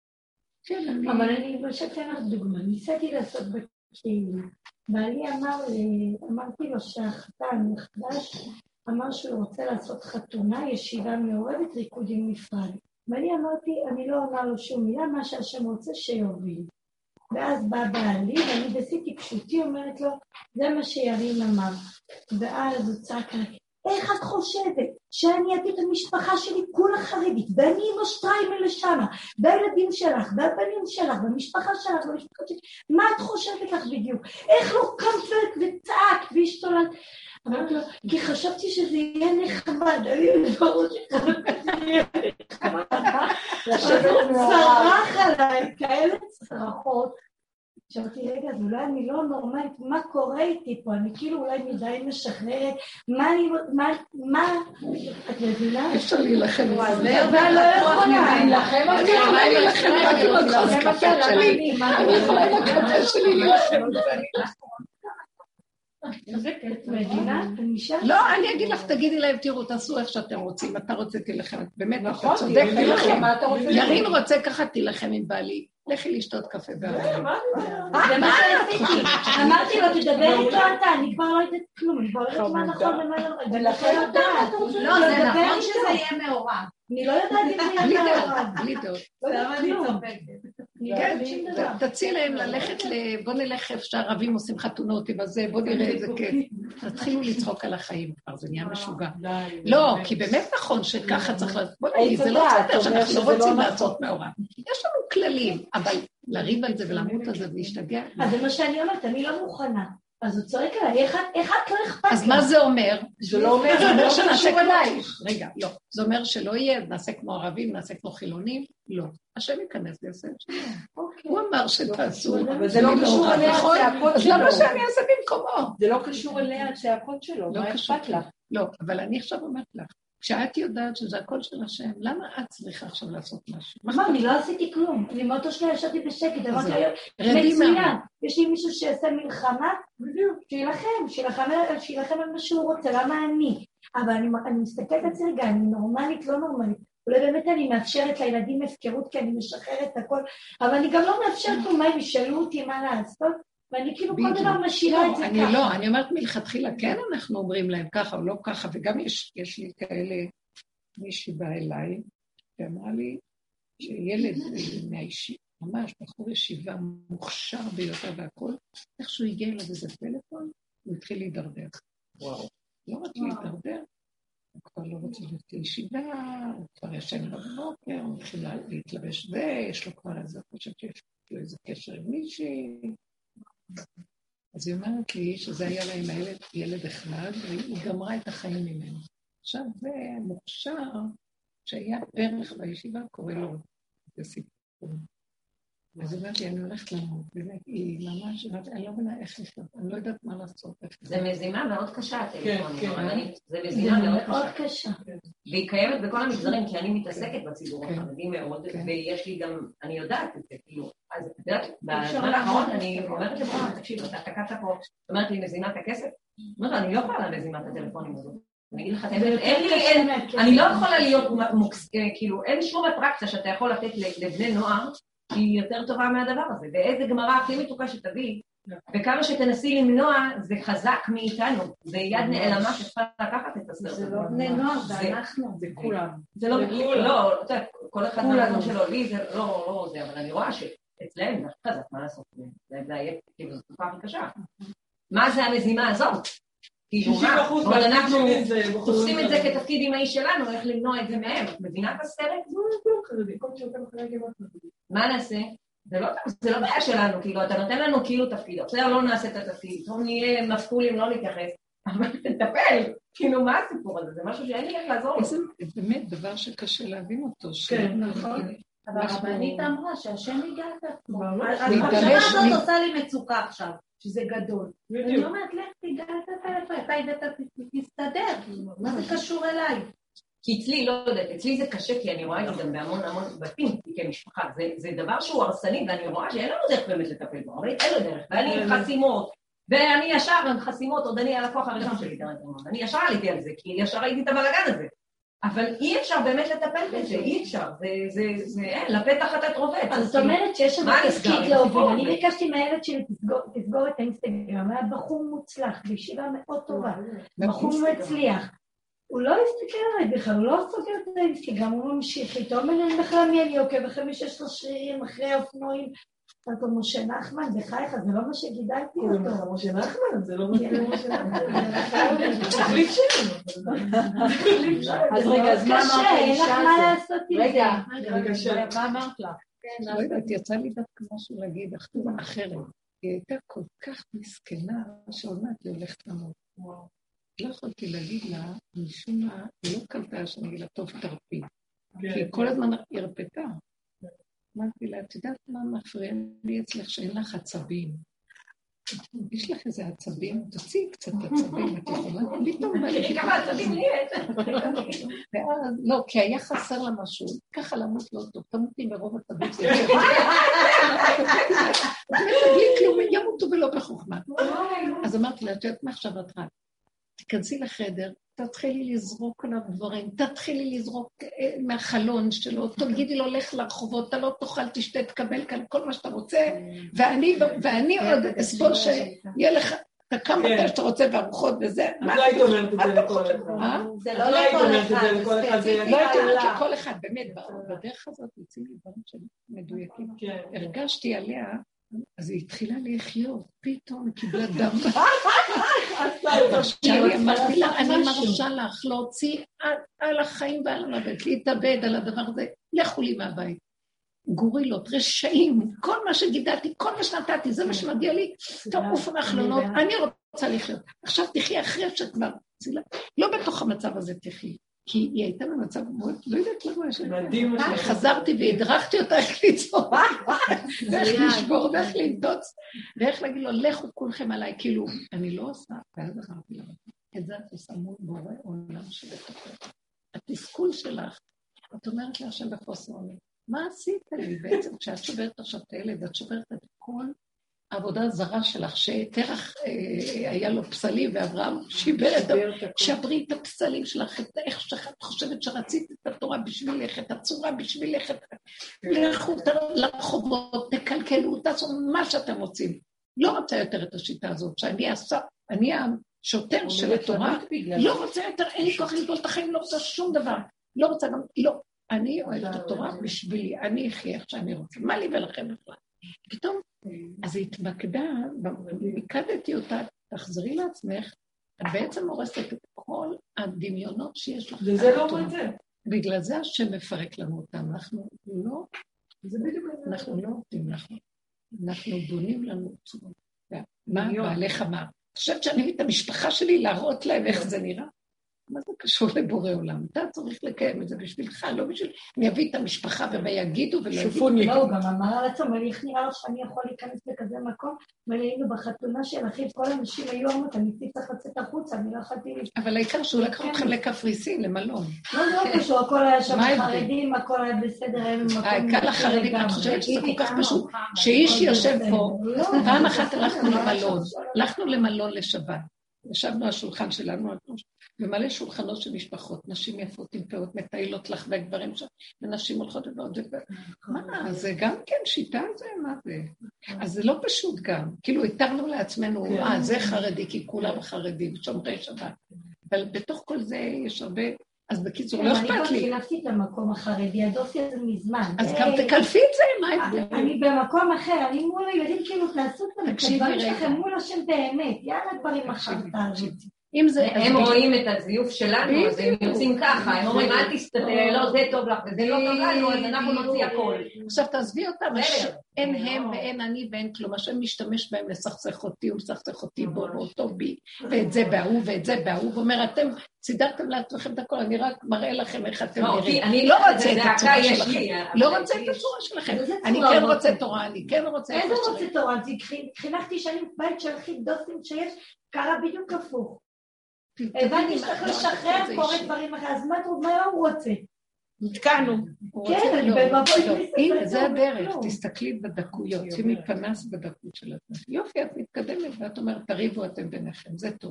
אבל אני אתן לך דוגמה. ניסיתי לעשות בכאילו. בעלי אמרתי לו שהחתן החדש אמר שהוא רוצה לעשות חתונה, ישיבה מעורבת, ריקודים נפרד. ואני אמרתי, אני לא אומר לו שום מילה, מה שהשם רוצה שיוביל. ואז בא בעלי, ואני בשיא טיפשותי אומרת לו, זה מה שירין אמר. ואז הוא צעק לי, איך את חושבת שאני אביא את המשפחה שלי כולה חרדית, ואני עם השטריימל לשם, והילדים שלך, והבנים שלך, והמשפחה שלך, והמשפחה שלי, מה את חושבת לך בדיוק? איך לא קמת וצעק והשתולת? אמרתי לו, כי חשבתי שזה יהיה נחמד, אני לא חשבתי שזה יהיה נחמד. צרח עליי, כאלה צרחות. חשבתי, רגע, אז אולי אני לא נורמלית, מה קורה איתי פה? אני כאילו אולי מדי משחררת, מה, את מבינה? אפשר להילחם עם זה. אבל לא יכולה. להילחם על זה. אני יכולה להילחם רק עם הכוס קפה שלי. אני יכולה עם הקפה שלי להילחם על זה. את מבינה? לא, אני אגיד לך, תגידי להם, תראו, תעשו איך שאתם רוצים, אתה רוצה תילחם, באמת, אתה צודק, תילחם. ירין רוצה ככה, תילחם עם בעלי, לכי לשתות קפה בעלי. זה מה שעשיתי. אמרתי לו, תדבר איתו אתה, אני כבר לא יודעת כלום, אני כבר לא יודעת מה נכון ומה לא. ולכן יודעת. לא, זה נכון שזה יהיה מעורב. אני לא יודעת אם זה יהיה מעורב. בלי דעות. למה אני צוחקת? כן, תציע להם ללכת בוא נלך איפה שהערבים עושים חתונות עם הזה, בוא נראה איזה כיף. תתחילו לצחוק על החיים כבר, זה נהיה משוגע. לא, כי באמת נכון שככה צריך לעשות, בוא נגיד, זה לא צעד שאנחנו לא רוצים לעשות מעורב. יש לנו כללים, אבל לריב על זה ולמות על זה ולהשתגע. אז זה מה שאני אומרת, אני לא מוכנה. אז הוא צועק עליי, איך את לא אכפת? אז מה זה אומר? זה לא אומר שנעשה כמו... רגע, לא. זה אומר שלא יהיה, נעשה כמו ערבים, נעשה כמו חילונים? לא. השם ייכנס ויעשה את שלו. הוא אמר שתעשו. אבל זה לא קשור אליה הצעקות שלו. אז למה שאני אעשה במקומו? זה לא קשור אליה הצעקות שלו. מה אכפת לך? לא, אבל אני עכשיו אומרת לך, כשאת יודעת שזה הכל של השם, למה את צריכה עכשיו לעשות משהו? מה, אני לא עשיתי כלום. אני מאותו שניה ישבתי בשקט, אמרתי היום, מצוין. יש לי מישהו שיעשה מלחמה, שילחם על מה שהוא רוצה, למה אני? אבל אני מסתכלת על זה רגע, אני נורמלית, לא נורמלית. אולי באמת אני מאפשרת לילדים הפקרות, כי אני משחררת הכל, אבל אני גם לא מאפשרת פה מה הם ישאלו אותי מה לעשות, ואני כאילו כל דבר משאירה את זה ככה. לא, אני אומרת מלכתחילה, כן אנחנו אומרים להם ככה או לא ככה, וגם יש לי כאלה, מישהי באה אליי, ואמרה לי שילד מהישיבה, ממש בחור ישיבה מוכשר ביותר והכל, איכשהו הגיע אליו איזה טלפון, הוא התחיל להידרדר. וואו. לא רצה להידרדר, הוא כבר לא רוצה להיות ישיבה, הוא כבר ישן בבוקר, הוא התחיל להתלבש ויש לו כבר איזה, אני חושבת שיש לו איזה קשר עם מישהי. אז היא אומרת לי שזה היה להם ילד אחד, והיא גמרה את החיים ממנו. עכשיו זה מוכשר שהיה פרח בישיבה, קורא לו את הסיפור. אז היא אומרת לי, אני הולכת למות, והיא ממש, אני לא מבינה איך לשתות, אני לא יודעת מה לעשות. זה מזימה מאוד קשה, זה מזימה מאוד קשה. והיא קיימת בכל המגזרים, כי אני מתעסקת בציבור החרדי מאוד, ויש לי גם, אני יודעת את זה, כאילו, אז את יודעת, בזמן האחרון אני אומרת לבוא, תקשיב, אתה תקעת פה, אומרת לי, מזימת הכסף? אומרת, אני לא יכולה למזימת הטלפונים הזאת. אני אגיד לך, אני לא יכולה להיות, כאילו, אין שום אטרקציה שאתה יכול לתת לבני נוער, היא יותר טובה מהדבר הזה, ואיזה גמרא הכי מתוקה שתביא, וכמה שתנסי למנוע, זה חזק מאיתנו, זה יד נעלמה שצריכה לקחת את הסרט. זה לא בני נוער, זה אנחנו. זה כולם. זה לא, כל אחד מהאדם שלו, לי זה לא זה, אבל אני רואה שאצלם זה חזק, מה לעשות? זה היה כאילו תקופה הכי קשה. מה זה המזימה הזאת? כאילו מה? עוד אנחנו תופסים את זה כתפקיד עם האיש שלנו, איך למנוע את זה מהם. מבינה את הסרט? מה נעשה? זה לא בעיה שלנו, כאילו, אתה נותן לנו כאילו תפקיד, בסדר, לא נעשה את התפקיד, טוב נהיה מפקולים, לא להתייחס, אבל תטפל, כאילו, מה הסיפור הזה? זה משהו שאין לי איך לעזור. זה באמת דבר שקשה להבין אותו. כן, נכון. אבל הרבנית אמרה שהשם ייגע את עצמו. המחשבה הזאת עושה לי מצוקה עכשיו, שזה גדול. אני אומרת, לך תיגע את הטלפון, אתה ידעת, תסתדר, מה זה קשור אליי? כי אצלי, לא יודעת, אצלי זה קשה, כי אני רואה את זה גם בהמון בתים, כמשפחה. זה דבר שהוא הרסני, ואני רואה שאין לנו דרך באמת לטפל בו, אבל אין לו דרך, ואני עם חסימות, ואני ישר עם חסימות, עוד אני הלקוח הראשון שלי, אני ישר עליתי על זה, כי ישר ראיתי את הבלגן הזה. אבל אי אפשר באמת לטפל בזה, אי אפשר, זה לפתח אתה תרובץ. אז זאת אומרת שיש שם תפקיד להוביל. אני ביקשתי מהילד שלי תסגור את האינסטגרם, היה בחור מוצלח, בישיבה מאוד טובה, בחור מצליח. הוא לא הסתכל עליי בכלל, הוא לא סוגר את האינסטגרם, הוא ממשיך איתו, אומר בכלל מי אני עוקב, אחרי מי שיש לו שרירים, אחרי אופנועים. אמרת לו, משה נחמן, זה חייך, זה לא מה שגידלתי אותו. קוראים לך משה נחמן, זה לא משה נחמן. תחליף שלי. אז רגע, אז מה אמרת לאישה הזאת? מה לעשות עם זה? רגע, מה אמרת לה? לא יודעת, יצא לי דווקא משהו להגיד, אחרת. היא הייתה כל כך מסכנה, שעוד מעט היא הולכת למות. לא יכולתי להגיד לה, משום מה, היא לא קלטה שאני אגיד לה, טוב, תרפי. כי כל הזמן הרפתה. אמרתי לה, את יודעת מה מפריע לי אצלך שאין לך עצבים? יש לך איזה עצבים? תוציאי קצת עצבים, את יכולה? פתאום בא לי. כמה עצבים נהיית? לא, כי היה חסר לה משהו. ככה למות לא טוב, תמותי מרוב עצבים. בלי כלום, ימותו ולא בחוכמה. אז אמרתי לה, את יודעת מה עכשיו את רק? תיכנסי לחדר, תתחילי לזרוק עליו דברים, תתחילי לזרוק מהחלון שלו, תגידי לו, לך לרחובות, אתה לא תאכל, תשתה, תקבל כאן כל מה שאתה רוצה, ואני עוד אסבול שיהיה לך, אתה קם מתי שאתה רוצה בארוחות וזה. אז לא היית אומרת את זה לכל אחד. זה לא לכל אחד, לא היית אומרת לכל אחד, באמת, בדרך הזאת יוצאים לי דברים שהם מדויקים. הרגשתי עליה, אז היא התחילה לחיות, פתאום קיבלה דם. אמרתי לה, אני מרשה לך להוציא על החיים ועל המוות, להתאבד על הדבר הזה, לכו לי מהבית. גורילות, רשעים, כל מה שגידלתי, כל מה שנתתי, זה מה שמגיע לי, תעוף מהחלונות, אני רוצה לחיות. עכשיו תחי אחרי שכבר, לא בתוך המצב הזה תחי, כי היא הייתה במצב מאוד, לא יודעת למה יש לה. חזרתי והדרכתי אותה איך ליצור, ואיך לשבור, ואיך לנדוץ, ואיך להגיד לו, לכו כולכם עליי, כאילו, אני לא עושה, ואז אמרתי לה, את זה את עושה מול בורא עולם שבתוכו. התסכול שלך, את אומרת לה השם בחוסר אונים, מה עשית לי בעצם? כשאת שוברת עכשיו את הילד, את שוברת את כל העבודה הזרה שלך, שתרח היה לו פסלים, ואברהם שיבר את שברי את הפסלים שלך, איך שאת חושבת שרצית את התורה בשבילך, את הצורה בשבילך, לכו לרחובות, תקלקלו, תעשו מה שאתם רוצים. לא רוצה יותר את השיטה הזאת, שאני השוטר של התורה, לא רוצה יותר, אין לי כוח לגדול את החיים, לא רוצה שום דבר, לא רוצה גם, לא. אני אוהבת את התורה בשבילי, אני אחיה איך שאני רוצה, מה לי ולכם בכלל? פתאום, אז היא התמקדה, מיקדתי אותה, תחזרי לעצמך, את בעצם הורסת את כל הדמיונות שיש לך. וזה לא מה זה. בגלל זה השם מפרק לנו אותם, אנחנו לא עובדים, אנחנו בונים לנו צורות. מה בעליך אמר? אני חושבת שאני מביא את המשפחה שלי להראות להם איך זה נראה. מה זה קשור לבורא עולם? אתה צריך לקיים את זה בשבילך, לא בשביל... אני אביא את המשפחה ומה יגידו ולא יגידו. לא, הוא גם אמר על עצמו, איך נראה לך שאני יכול להיכנס לכזה מקום, והיינו בחתונה של אחי, כל האנשים היו אמות, אני צריך לצאת החוצה, אני לא יכולתי... אבל העיקר שהוא לקח אתכם לקפריסין, למלון. לא קשור, הכל היה שם חרדים, הכל היה בסדר, היינו במקום... העיקר לחרדים, את חושבת שזה כל כך פשוט, שאיש יושב פה, פעם אחת הלכנו למלון לשבת. ישבנו על השולחן שלנו, ומלא שולחנות של משפחות, נשים יפות עם פאות, מטיילות לך וגברים שם, ונשים הולכות ובאות. מה, זה גם כן שיטה זה? מה זה? אז זה לא פשוט גם. כאילו, התרנו לעצמנו, זה חרדי, כי כולם חרדים, שומרי שבת. אבל בתוך כל זה יש הרבה... אז בקיצור, לא אכפת לי. אני כבר חילפתי את המקום החרדי, הדופי הזה מזמן. אז גם תקלפי את זה, מה ההבדל? אני במקום אחר, אני מול הילדים, כאילו, תעשו את הדברים שלכם מול השם באמת, יאללה דברים אחר תעזו. הם רואים את הזיוף שלנו, אז הם יוצאים ככה, הם אומרים, אל תסתכל, לא, זה טוב לך, וזה לא טוב לנו, אז אנחנו נוציא הכל. עכשיו תעזבי אותם, אין הם ואין אני ואין כלום, השם משתמש בהם לסכסך אותי ולסכסך אותי בו ואותו בי, ואת זה בהוא ואת זה בהוא, ואומר, אתם סידרתם לעצמכם את הכל, אני רק מראה לכם איך אתם נראים. אני לא רוצה את הצורה שלכם, לא רוצה את הצורה שלכם, אני כן רוצה תורה, אני כן רוצה... איזה רוצה תורה? חינכתי שאני בית של הכי דוסים שיש, קרה בדיוק הפוך. הבנתי שצריך לשחרר קורא דברים אחרי, אז מה הוא רוצה? נתקענו. כן, הנה, זה הדרך, תסתכלי בדקויות, שימי פנס בדקות של עצמך. יופי, את מתקדמת, ואת אומרת, תריבו אתם ביניכם, זה טוב.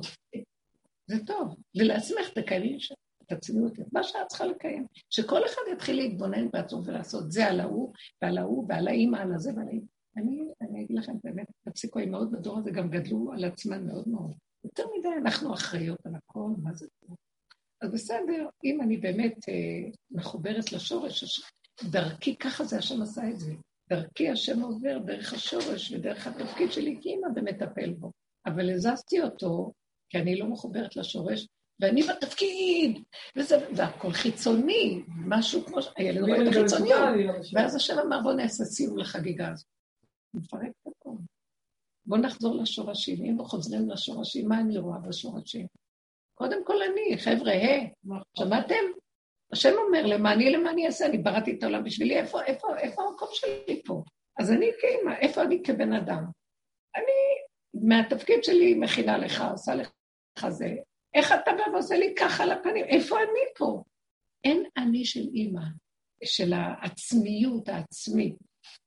זה טוב, ולעצמך תקיימי את הצניעות, את מה שאת צריכה לקיים. שכל אחד יתחיל להתבונן בעצמו ולעשות, זה על ההוא, ועל ההוא, ועל האמא, על הזה ועל האמא. אני אגיד לכם, באמת, תפסיקו, אמהות בדור הזה גם גדלו על עצמן מאוד מאוד. יותר מדי אנחנו אחראיות על הכל, מה זה טוב. אז בסדר, אם אני באמת מחוברת לשורש, דרכי, ככה זה השם עשה את זה. דרכי השם עובר דרך השורש ודרך התפקיד שלי, כי אמא ומטפל בו. אבל הזזתי אותו, כי אני לא מחוברת לשורש, ואני בתפקיד, והכל חיצוני, משהו כמו הילד רואה את החיצוניות. ואז השם אמר, בוא נעשה סיום לחגיגה הזאת. מפרק את הכל. בואו נחזור לשורשים, אם לא חוזרים לשורשים, מה אני רואה בשורשים? קודם כל אני, חבר'ה, שמעתם? השם אומר, למה אני אעשה? אני בראתי את העולם בשבילי, איפה המקום שלי פה? אז אני כאמא, איפה אני כבן אדם? אני, מהתפקיד שלי מכינה לך, עושה לך זה. איך אתה בא ועושה לי ככה לפנים? איפה אני פה? אין אני של אמא, של העצמיות, העצמית.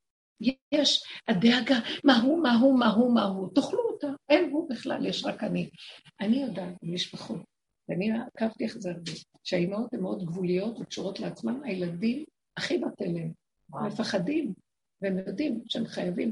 יש הדאגה, מהו, תאכלו אותה, אין הוא בכלל, יש רק אני. אני יודעת, משפחות, ואני עקבתי איך זה הרבה, שהאימהות הן מאוד גבוליות וקשורות לעצמן, הילדים הכי בתלם, מפחדים, והם יודעים שהם חייבים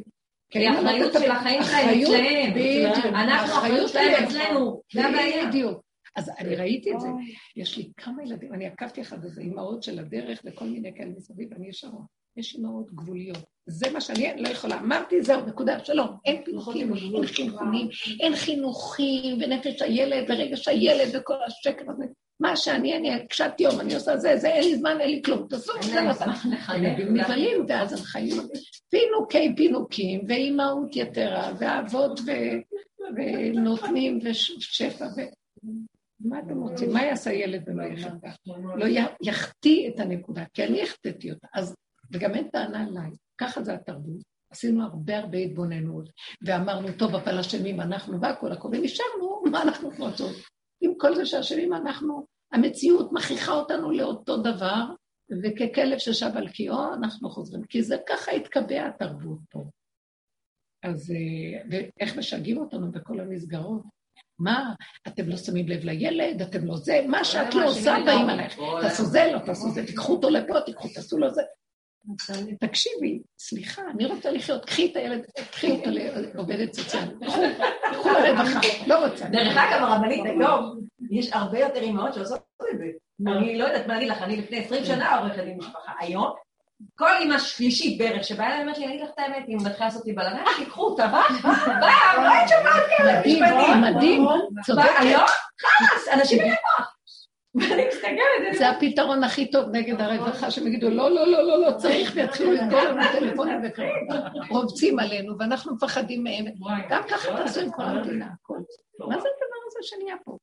כי האחריות של החיים שלהם אצלהם. אנחנו האחריות שלהם אצלנו. זה הבעיה. בדיוק. אז אני ראיתי את זה. יש לי כמה ילדים, אני עקבתי אחד הזה, אמהות של הדרך וכל מיני כאלה מסביב, אני ישרה. יש אמהות גבוליות. זה מה שאני לא יכולה. אמרתי, זהו, נקודה, שלום. אין פינוקים, אין חינוכונים, אין חינוכים, ונפש הילד, ורגש הילד, וכל השקר הזה. מה שאני הקשבתי יום, אני עושה זה, אין לי זמן, אין לי כלום. תעשו, זה נעשה. ילדים נבלים, ואז הם חיים פינוקים, ואימהות יתרה, ואבות, ונותנים, ושפע, מה אתם רוצים? מה יעשה ילד ולא יחטא? לא יחטיא את הנקודה, כי אני יחטאתי אותה. אז, וגם אין טענה עליי. ככה זה התרבות. עשינו הרבה התבוננות, ואמרנו, טוב, אבל אשמים אנחנו והכל, ונשארנו, מה אנחנו רוצות? עם כל זה שאשמים אנחנו, המציאות מכריחה אותנו לאותו דבר, וככלב ששב על קיאו, אנחנו חוזרים. כי זה ככה התקבע התרבות פה. אז, ואיך משגעים אותנו בכל המסגרות? מה? אתם לא שמים לב לילד, אתם לא זה, מה שאת לא עושה באים עליך. תעשו זה, לא תעשו זה, תיקחו אותו לפה, תעשו לו זה. תקשיבי, סליחה, אני רוצה לחיות, קחי את הילד, קחי אותו לעובדת סוציאלית. קחו לרווחה, לא רוצה. דרך אגב, הרבנית, היום יש הרבה יותר אימהות שעושות את זה. אני לא יודעת מה להגיד לך, אני לפני 20 שנה עורכת עם משפחה. היום, כל אמא שלישית בערך שבאה אליי, אומרת לי, אני אגיד לך את האמת, אם מתחילה לעשות לי בלגן, תיקחו אותה, באה, שמעתי, מדהים, צודק. היום, חלס, אנשים יראה. ואני מסתכלת. זה הפתרון הכי טוב נגד הרווחה, שהם יגידו, לא, צריך, ויתחילו לכל לנו טלפונים וקרוב. רובצים עלינו, ואנחנו מפחדים מהם. גם ככה תעשו עם כל המדינה, הכל. מה זה הדבר הזה שנהיה פה?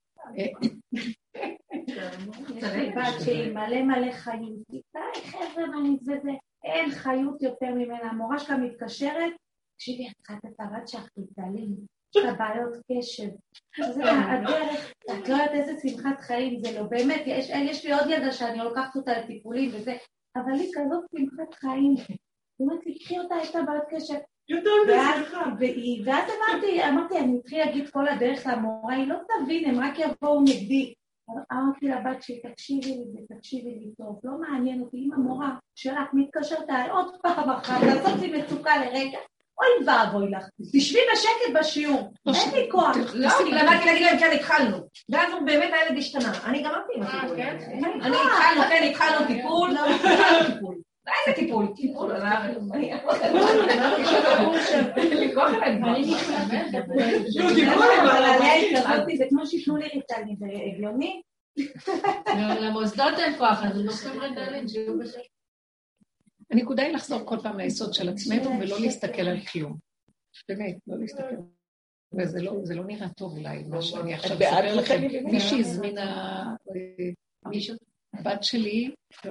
יש לי בת שהיא מלא חיות. חבר'ה, וזה, אין חיות יותר ממנה. המורה שלה מתקשרת, תקשיבי, את צריכה את הבת שלך להתעלים. יש לה בעיות קשב. זה הדרך, את לא יודעת איזה שמחת חיים זה לא. באמת, יש לי עוד ידע שאני לוקחת אותה לטיפולים וזה, אבל היא כזאת שמחת חיים. זאת אומרת, לקחי אותה, יש לה בעיות קשב. ואז אמרתי, אני אתחיל להגיד כל הדרך למורה, היא לא תבין, הם רק יבואו נגדי. אמרתי לבת שהיא תקשיבי לי טוב, לא מעניין אותי, אם המורה שלך מתקשרת עוד פעם אחת, לעשות לי מצוקה לרגע, אוי ואבוי לך, תשבי בשקט בשיעור, אין לי כוח. לא, אני למדתי להגיד להם, כן, התחלנו. ואז באמת הילד השתנה. אני גמרתי עם הטיפול. התחלנו טיפול. איזה טיפול? טיפול על הארץ. זה כמו שיתנו לי ריטלין, זה הגיוני? למוסדות אין כוח, אז נוסעים ריטלין, שיהיו בשקט. הנקודה היא לחזור כל פעם ליסוד של עצמנו ולא להסתכל על כלום. באמת, לא להסתכל. וזה לא נראה טוב אולי, מה שאני עכשיו אספר לכם. מישהי הזמינה, הבת שלי,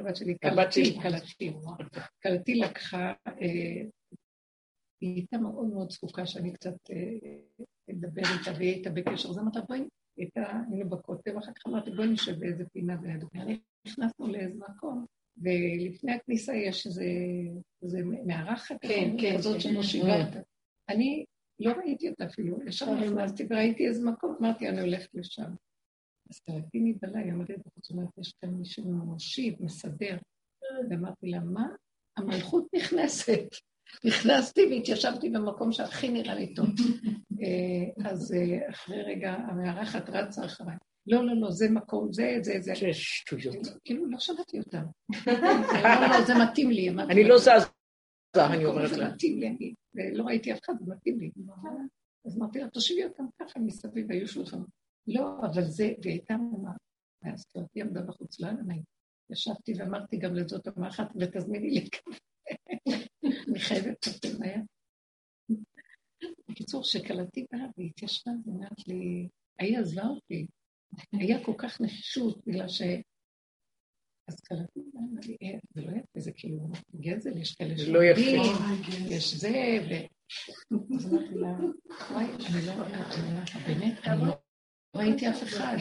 קלתי לקחה, היא הייתה מאוד מאוד זקוקה שאני קצת אדבר איתה, והיא הייתה בקשר, אז אמרת, בואי, היינו בכותב, אחר כך אמרתי, בואי נשב באיזה פינה ביד. נכנסנו לאיזה מקום, ולפני הכניסה יש איזה מערכת, כזאת שמושיבה אותה. אני לא ראיתי אותה אפילו, ישר נכנסתי וראיתי איזה מקום, אמרתי, אני הולכת לשם. אז קראתי מבלה, היא אמרתי, זאת אומרת, יש כאן מישהו מושיב, מסדר. ואמרתי לה, מה? המלכות נכנסת. נכנסתי והתיישבתי במקום שהכי נראה לי טוב. אז אחרי רגע, המערכת רצה אחריי. לא, זה מקום, זה. שטויות. כאילו, לא שמעתי אותם. לא, זה מתאים לי. אני לא זזה, אני אומרת לה. זה מתאים לי, ולא ראיתי אף אחד, זה מתאים לי. אז אמרתי לה, תושיבי אותם ככה מסביב, היו שולחן. לא, אבל זה, והייתה ממה. אז קראתי עמדה בחוץ, לא היה נעים. ישבתי ואמרתי גם לזאת המחת, ותזמיני לי קפה. אני חייבת קפה, מה היה? בקיצור, שקלתי בה והתיישבה, ואומרת לי, היא עזבה אותי. היה כל כך נחישות, בגלל ש... אז קלטתי בה, אמרה לי, זה לא יפה, זה כאילו גזל, יש כאלה שעובדים, יש זה, אז אמרתי לה, וואי, אני לא רואה, באמת, אני לא ראיתי אף אחד,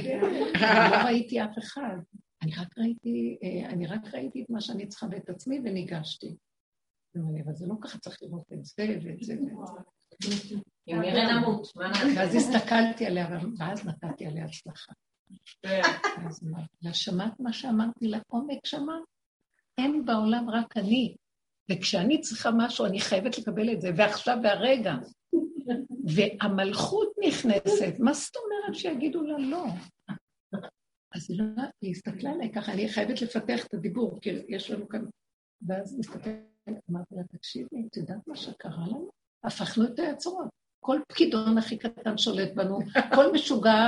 אני רק ראיתי את מה שאני צריכה ואת עצמי וניגשתי. אבל זה לא ככה צריך לראות את זה ואת זה ואת זה. אם נראה נמות. ואז הסתכלתי עליה, ואז נתתי עליה הצלחה. אז שמעת מה שאמרתי לעומק שמע? אין בעולם רק אני. וכשאני צריכה משהו, אני חייבת לקבל את זה, ועכשיו והרגע. והמלכות נכנסת, מה זאת אומרת שיגידו לה לא? אז היא הסתכלה עליי ככה, אני חייבת לפתח את הדיבור, כי יש לנו כאן, ואז מסתכלת, אמרתי לה, תקשיבי, את יודעת מה שקרה לנו? הפכנו את היצרות. כל פקידון הכי קטן שולט בנו, כל משוגע,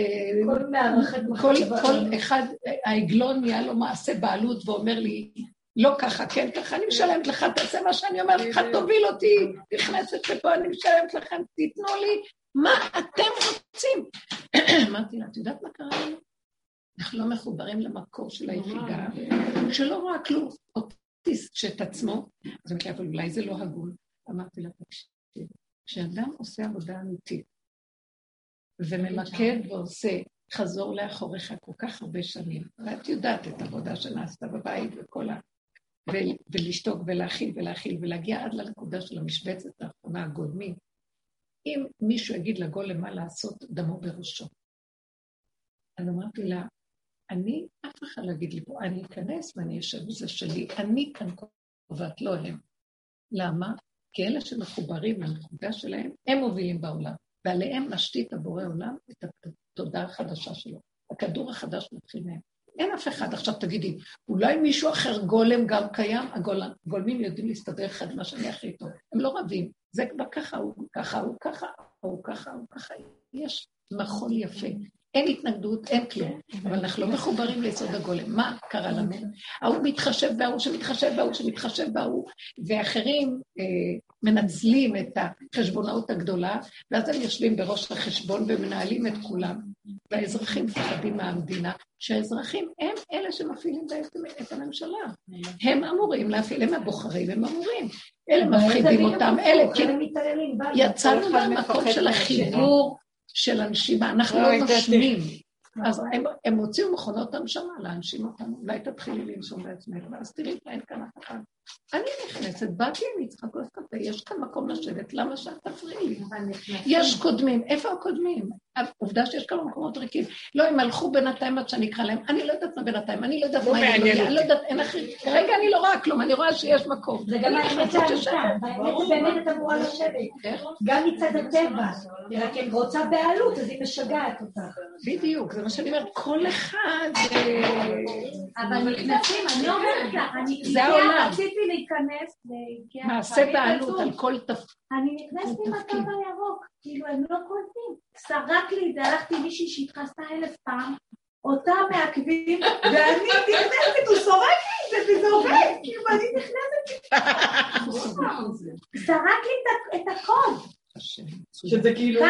כל אחד, העגלון נהיה לו מעשה בעלות ואומר לי, לא ככה, כן ככה, אני משלמת לך, תעשה מה שאני אומרת לך, תוביל אותי, נכנסת לפה, אני משלמת לכם, תיתנו לי, מה אתם רוצים? אמרתי לה, את יודעת מה קרה לנו? אנחנו לא מחוברים למקור של היחידה, שלא רואה כלום, אוטיסט שאת עצמו, אז אמרתי לה, אבל אולי זה לא הגון. אמרתי לה, תקשיב, כשאדם עושה עבודה אמיתית, וממקד ועושה חזור לאחוריך כל כך הרבה שנים, ואת יודעת את העבודה שנעשתה בבית וכל ולשתוק ולהכיל ולהכיל, ולהגיע עד לנקודה של המשבצת האחרונה הגולמית, אם מישהו יגיד לגולם מה לעשות, דמו בראשו. אני אמרתי לה, אף אחד לא יגיד לי פה, אני אכנס ואני אשב, זה שלי, אני כאן קובעת, לא הם. למה? כי אלה שמחוברים לנקודה שלהם, הם מובילים בעולם, ועליהם משתית הבורא עולם את התודעה החדשה שלו. הכדור החדש מתחיל מהם. אין אף אחד, עכשיו תגידי, אולי מישהו אחר גולם גם קיים, הגולמים יודעים להסתדר אחד מה שאני הכי טוב, הם לא רבים, זה כבר ככה, הוא ככה, הוא ככה, הוא ככה, הוא ככה, יש מחול יפה. אין התנגדות, אין כלום, אבל אנחנו לא מחוברים ליסוד הגולם. מה קרה לנו? ההוא מתחשב בהוא שמתחשב בהוא שמתחשב בהוא, ואחרים מנצלים את החשבונאות הגדולה, ואז הם יושבים בראש החשבון ומנהלים את כולם, והאזרחים מפחדים מהמדינה, שהאזרחים הם אלה שמפעילים את הממשלה. הם אמורים להפעיל, הם הבוחרים, הם אמורים. אלה מפחידים אותם, אלה, יצאנו מהמקום של החיבור, של הנשימה, אנחנו לא נושמים. אז הם הוציאו מכונות הנשמה להנשים אותנו, אולי תתחילי לנשום בעצמך, ואז תראי אין כאן אף אחד. אני נכנסת, באתי אני צריכה כוס קפה, יש כאן מקום לשבת, למה שאת תפריעי לי? יש קודמים, איפה הקודמים? העובדה שיש כמה מקומות ריקים. לא, הם הלכו בינתיים עד שאני אקרא להם, אני לא יודעת מה בינתיים, אני לא יודעת מה אני לא יודעת, אין אחרי, כרגע אני לא רואה כלום, אני רואה שיש מקום. זה גם האמת שהייתה, באמת את אמורה לשבת, גם מצד הטבע, רק אם רוצה בעלות, אז היא משגעת אותך. בדיוק, זה מה שאני אומרת, כל אחד... אבל נכנסים, אני אומרת לך, רציתי להיכנס, מעשה בעלות על כל תפקיד. אני נכנסתי עם הקו הירוק, כאילו הם לא קולטים. סרק לי את זה, הלכתי מישהי שהתחסתה 1000 פעם, אותה מעכבים, ואני נכנסת, הוא סורק לי את זה, וזה עובד, כאילו אני נכנסת. סרק לי את הקוד. שזה כאילו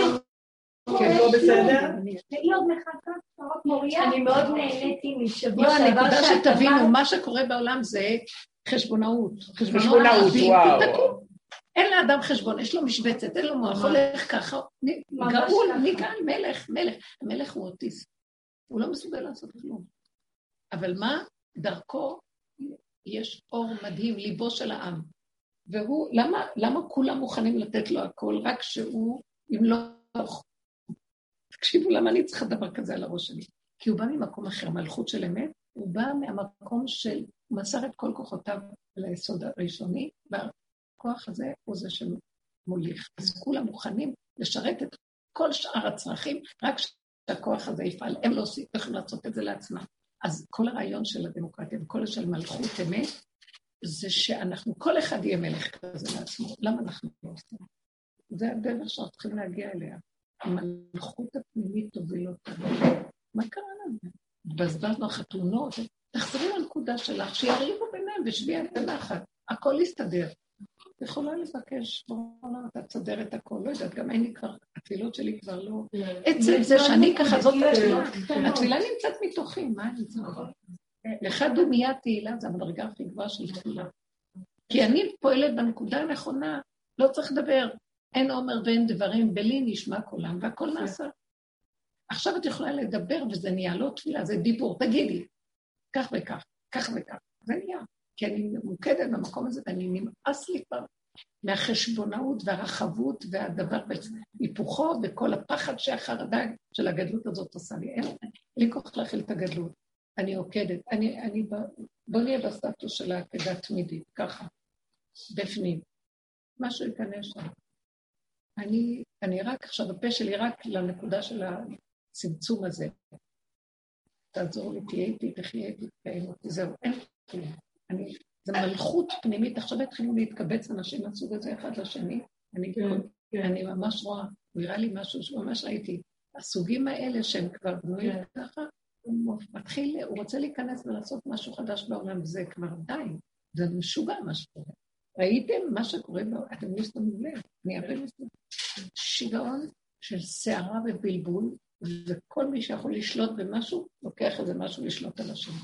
לא בסדר? והיא עוד מחכה, מוריה. אני מאוד נהניתי משבוע לא, הנקודה שתבינו, מה שקורה בעולם זה חשבונאות. חשבונאות, וואו. אין לאדם חשבון, יש לו משבצת, אין לו מוח, הולך ככה, גאול, נגאל, מלך. המלך הוא אוטיסט, הוא לא מסוגל לעשות כלום. אבל מה? דרכו יש אור מדהים, ליבו של העם. והוא, למה כולם מוכנים לתת לו הכל, רק שהוא ימלוך? תקשיבו, למה אני צריכה דבר כזה על הראש שלי? כי הוא בא ממקום אחר, מלכות של אמת, הוא בא מהמקום של מסר את כל כוחותיו ליסוד הראשוני, והכוח הזה הוא זה שמוליך. אז כולם מוכנים לשרת את כל שאר הצרכים, רק שהכוח הזה יפעל. הם לא יכולים לעשות את זה לעצמם. אז כל הרעיון של הדמוקרטיה וכל של מלכות אמת, זה שאנחנו, כל אחד יהיה מלך כזה לעצמו. למה אנחנו לא עושים? זה הדרך שאנחנו צריכים להגיע אליה. המלכות הפנימית תוביל אותנו. מה קרה לנו? בזבזנו החתונות, תחזרי לנקודה שלך, שיריבו ביניהם ושביע את הנחת. הכל יסתדר. יכולה לבקש, בואו, אתה תסדר את הכל, לא יודעת, גם אין לי כבר, התפילות שלי כבר לא... עצם זה שאני ככה זאת התפילות, התפילה נמצאת מתוכי, מה אני צריכה? לך דומיית תהילה, זה המדרגה הכי גבוהה של תפילה. כי אני פועלת בנקודה הנכונה, לא צריך לדבר, אין אומר ואין דברים, בלי נשמע קולם, והכל נעשה. עכשיו את יכולה לדבר, וזה נהיה לא תפילה, זה דיבור, תגידי, כך וכך, כך וכך, זה נהיה. כי אני ממוקדת במקום הזה, ואני נמאס לי כבר מהחשבונאות והרחבות והדבר בהיפוכו, וכל הפחד שהחרדה של הגדלות הזאת עושה לי. אין לי כוח להכיל את הגדלות. אני עוקדת, בוא נהיה בסטטוס של העקדה תמידית, ככה. בפנים. משהו ייכנס שם. אני רק, עכשיו הפה שלי רק לנקודה של הצמצום הזה. תעזור לי, תהיה איתי, תחיה איתי, תקיים אותי, זהו, אין כלום. זה מלכות פנימית, עכשיו התחילו להתקבץ אנשים מהסוג הזה אחד לשני, אני ממש רואה, הוא הראה לי משהו שממש ראיתי, הסוגים האלה שהם כבר בנויים ככה, הוא מתחיל, הוא רוצה להיכנס ולעשות משהו חדש בעולם, זה כבר די, זה משוגע מה שקורה. ראיתם מה שקורה בעולם, אתם לא שמים לב, אני הרבה מסתובב, שיגעון של שערה ובלבול, וכל מי שיכול לשלוט במשהו, לוקח איזה משהו לשלוט על השני.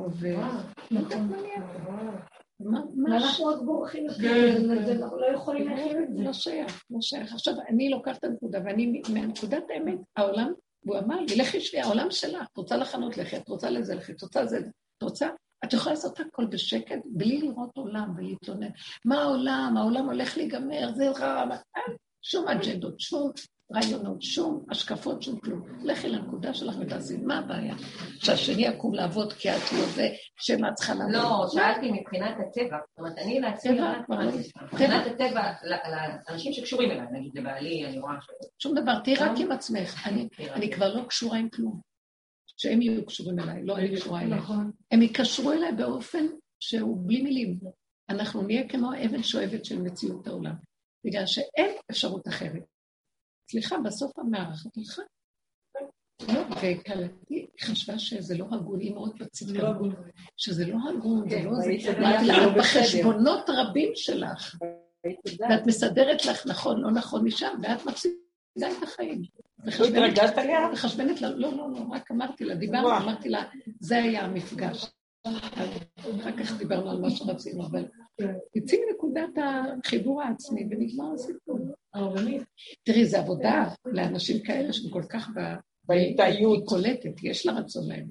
ואנחנו עוד בורחים לא יכולים להכיר את זה. לא שייך. עכשיו, אני לוקחת את הנקודה, ואני מהנקודת האמת, העולם, הוא אמר לי, לכי שלי, העולם שלה, את רוצה לחנות לכי, את רוצה לזה לכי, את רוצה זה, את רוצה, את יכולה לעשות הכל בשקט, בלי לראות עולם ולהתלונן. מה העולם? העולם הולך להיגמר, זה רע, שום אג'נדות, שום רעיונות, שום השקפות, שום כלום. לכי לנקודה שלך ותעשי, מה הבעיה? שהשני יקום לעבוד כי את לא זה, שמה צריכה לעבוד. לא, שאלתי מבחינת הטבע. זאת אומרת, אני לעצמי, מבחינת הטבע, לאנשים שקשורים אליי, נגיד לבעלי, אני רואה שום דבר, תהי רק עם עצמך. אני כבר לא קשורה עם כלום. שהם יהיו קשורים אליי, לא אני קשורה אליי. הם יקשרו אליי באופן שהוא בלי מילים. אנחנו נהיה כמו אבן שואבת של מציאות העולם. בגלל שאין אפשרות אחרת. סליחה, בסוף המערכת הלכה. לא, וקלתי חשבה שזה לא הגון, היא מאוד בצדקה. שזה לא הגון, זה לא זה. בחשבונות רבים שלך. ואת מסדרת לך נכון, לא נכון משם, ואת מפסידה את החיים. התרגשת עליה? וחשבנת לה, לא, רק אמרתי לה, אמרתי לה, זה היה המפגש. אחר כך דיברנו על מה שרצינו, אבל יוצאים מנקודת החיבור העצמי ונגמר הסיפור. תראי, זה עבודה לאנשים כאלה שהם כל כך בהתאיות קולטת, יש לה רצון להם.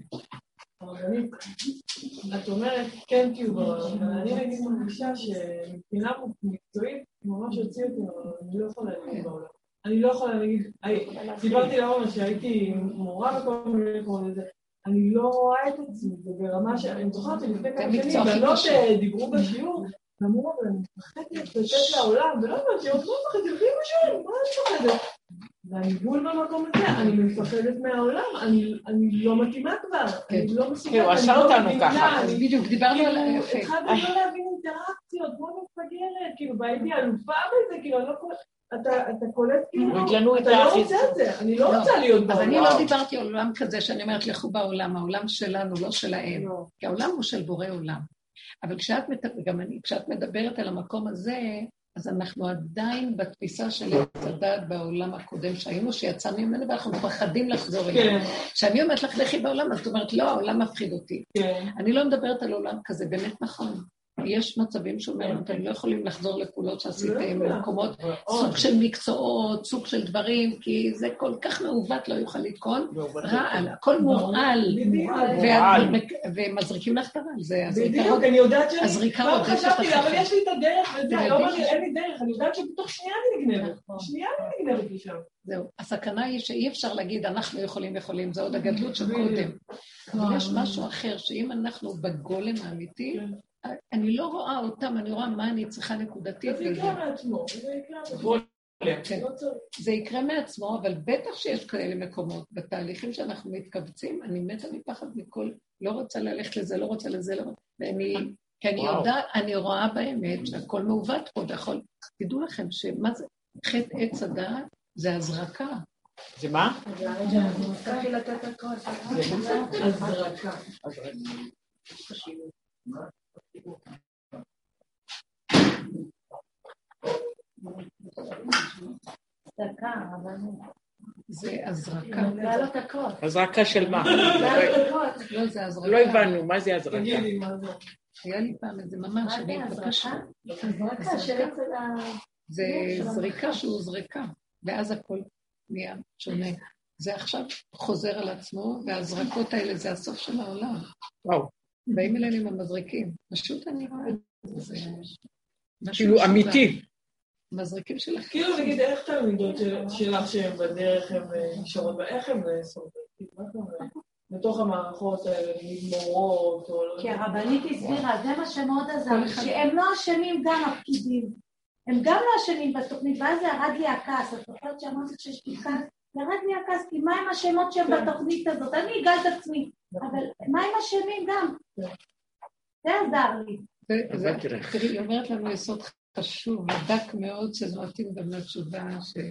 את אומרת, כן תהיו בעולם, אני הייתי מרגישה שמבחינה מקצועית ממש הוציא אותי, אני לא יכולה להגיד בעולם. אני לא יכולה להגיד, דיברתי לעומר שהייתי מורה בכל מיני כמו לזה, אני לא רואה את עצמי, זה ברמה שאני זוכרת שלפני כמה שנים, בנות דיברו בשיעור, ואמרו, אבל אני מפחדת לתת לעולם, ולא אמרת, שעוד לא מפחדת, תלכי בשיעור, מה אני מפחדת? ואני בול במקום הזה, אני מפחדת מהעולם, אני לא מתאימה כבר, אני לא מסוגלת, הוא עשה אותנו ככה, אז בדיוק, דיברנו על היפה. התחלתי לא להבין אינטראקציות, כמו מפגרת, כאילו, והייתי אלופה בזה, כאילו, אני לא קולט, אתה קולט כאילו, אתה לא רוצה את זה, אני לא רוצה להיות בעולם. אבל אני לא דיברתי על עולם כזה שאני אומרת לכו בעולם, העולם שלנו, לא שלהם, כי העולם הוא של בורא עולם. אבל כשאת מדברת על המקום הזה, אז אנחנו עדיין בתפיסה של הצדד בעולם הקודם שהיינו, שיצאנו ממנו ואנחנו מפחדים לחזור אליו. כשאני אומרת לך לכי בעולם, אז את אומרת לא, העולם מפחיד אותי. אני לא מדברת על עולם כזה, באמת נכון. יש מצבים שאומרים, אתם לא יכולים לחזור לפעולות שעשיתם, למקומות, סוג של מקצועות, סוג של דברים, כי זה כל כך מעוות, לא יוכל לתקון, רעל, הכל מורעל, ומזריקים לך את הרעל, זה בדיוק, אני יודעת הזריקה רודפת חשבתי, אבל יש לי את הדרך וזה, לא אומר לי, אין לי דרך, אני יודעת שבתוך שנייה אני נגנבת לשם. זהו, הסכנה היא שאי אפשר להגיד, אנחנו יכולים, זה עוד הגדלות של קודם. אבל יש משהו אחר, שאם אנחנו בגולם האמיתי, אני לא רואה אותם, אני רואה מה אני צריכה נקודתית. זה יקרה מעצמו, זה יקרה מעצמו, אבל בטח שיש כאלה מקומות, בתהליכים שאנחנו מתכווצים, אני מתה מפחד מכל, לא רוצה ללכת לזה, לא רוצה לזה, כי אני יודעת, אני רואה באמת שהכל מעוות פה, ויכול, תדעו לכם שמה זה, חטא עץ הדעת, זה הזרקה. זה מה? הזרקה. זה הזרקה. הזרקה של מה? לא הבנו, מה זה הזרקה? היה לי פעם איזה ממש, אני התבקשת. זה זריקה שהוא זריקה, ואז הכל נהיה שונה. זה עכשיו חוזר על עצמו, והזרקות האלה זה הסוף של העולם. וואו. באים אלינו עם המזריקים. פשוט אני רואה את זה. כאילו אמיתי. מזריקים שלך. כאילו נגיד איך תלמידות שלך שהן בדרך, הן נשארות, איך הן סורדות? בתוך המערכות האלה, מורות או... כי הרבנית הסבירה, זה מה שמאוד עזר, שהם לא אשמים גם הפקידים. הם גם לא אשמים בתוכנית, ואז זה ירד לי הכעס. את זוכרת שאמרתי שיש לי כעס? ירד לי הכעס, כי מה הם השמות שהם בתוכנית הזאת? אני אגל את עצמי, אבל מה הם השמים גם? זה עזר לי. תראי, היא אומרת לנו יסוד חשוב, דק מאוד, שזה מתאים גם לתשובה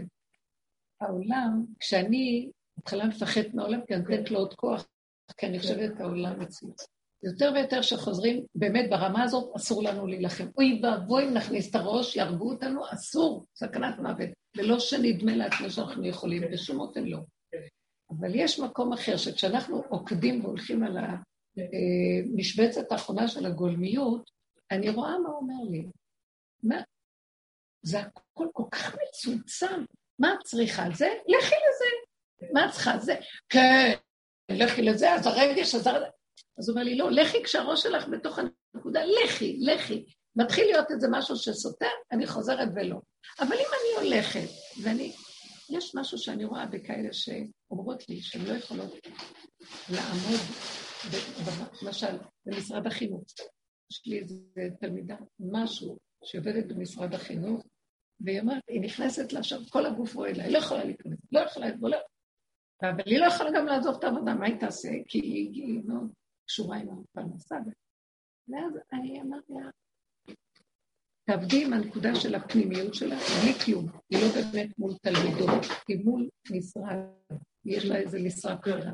שהעולם, כשאני מתחילה לפחד מהעולם, כי אני נותנת לו עוד כוח, כי אני חושבת העולם אצלי. יותר ויותר שחוזרים, באמת ברמה הזאת אסור לנו להילחם. אוי ואבוי, אם נכניס את הראש, ירגו אותנו, אסור, סכנת מוות. ולא שנדמה לעצמנו שאנחנו יכולים, בשום אופן לא. אבל יש מקום אחר, שכשאנחנו עוקדים והולכים על המשבצת האחרונה של הגולמיות, אני רואה מה אומר לי. מה? זה הכל כל כך מצומצם. מה את צריכה? זה? לכי לזה. מה את צריכה? זה? כן, לכי לזה, אז הרגש, אז הוא אומר לי, לא, לכי כשהראש שלך בתוך הנקודה, לכי. מתחיל להיות איזה משהו שסותר, אני חוזרת ולא. אבל אם אני הולכת, יש משהו שאני רואה בכאלה שאומרות לי, שהן לא יכולות לעמוד, למשל, במשרד החינוך. יש לי איזה תלמידה, משהו שעובדת במשרד החינוך, והיא אומרת, היא נכנסת לה עכשיו, כל הגוף רואה לה, היא לא יכולה להיכנס, לא יכולה להתבולר. אבל היא לא יכולה גם לעזוב את העבודה, מה היא תעשה? כי היא מאוד קשורה עם הפרנסה. ואז אני אמרתי לה, תעבדי עם הנקודה של הפנימיות שלה, בלי כלום. היא לא באמת מול תלמידות, היא מול משרד. יש לה איזה משרה קרה.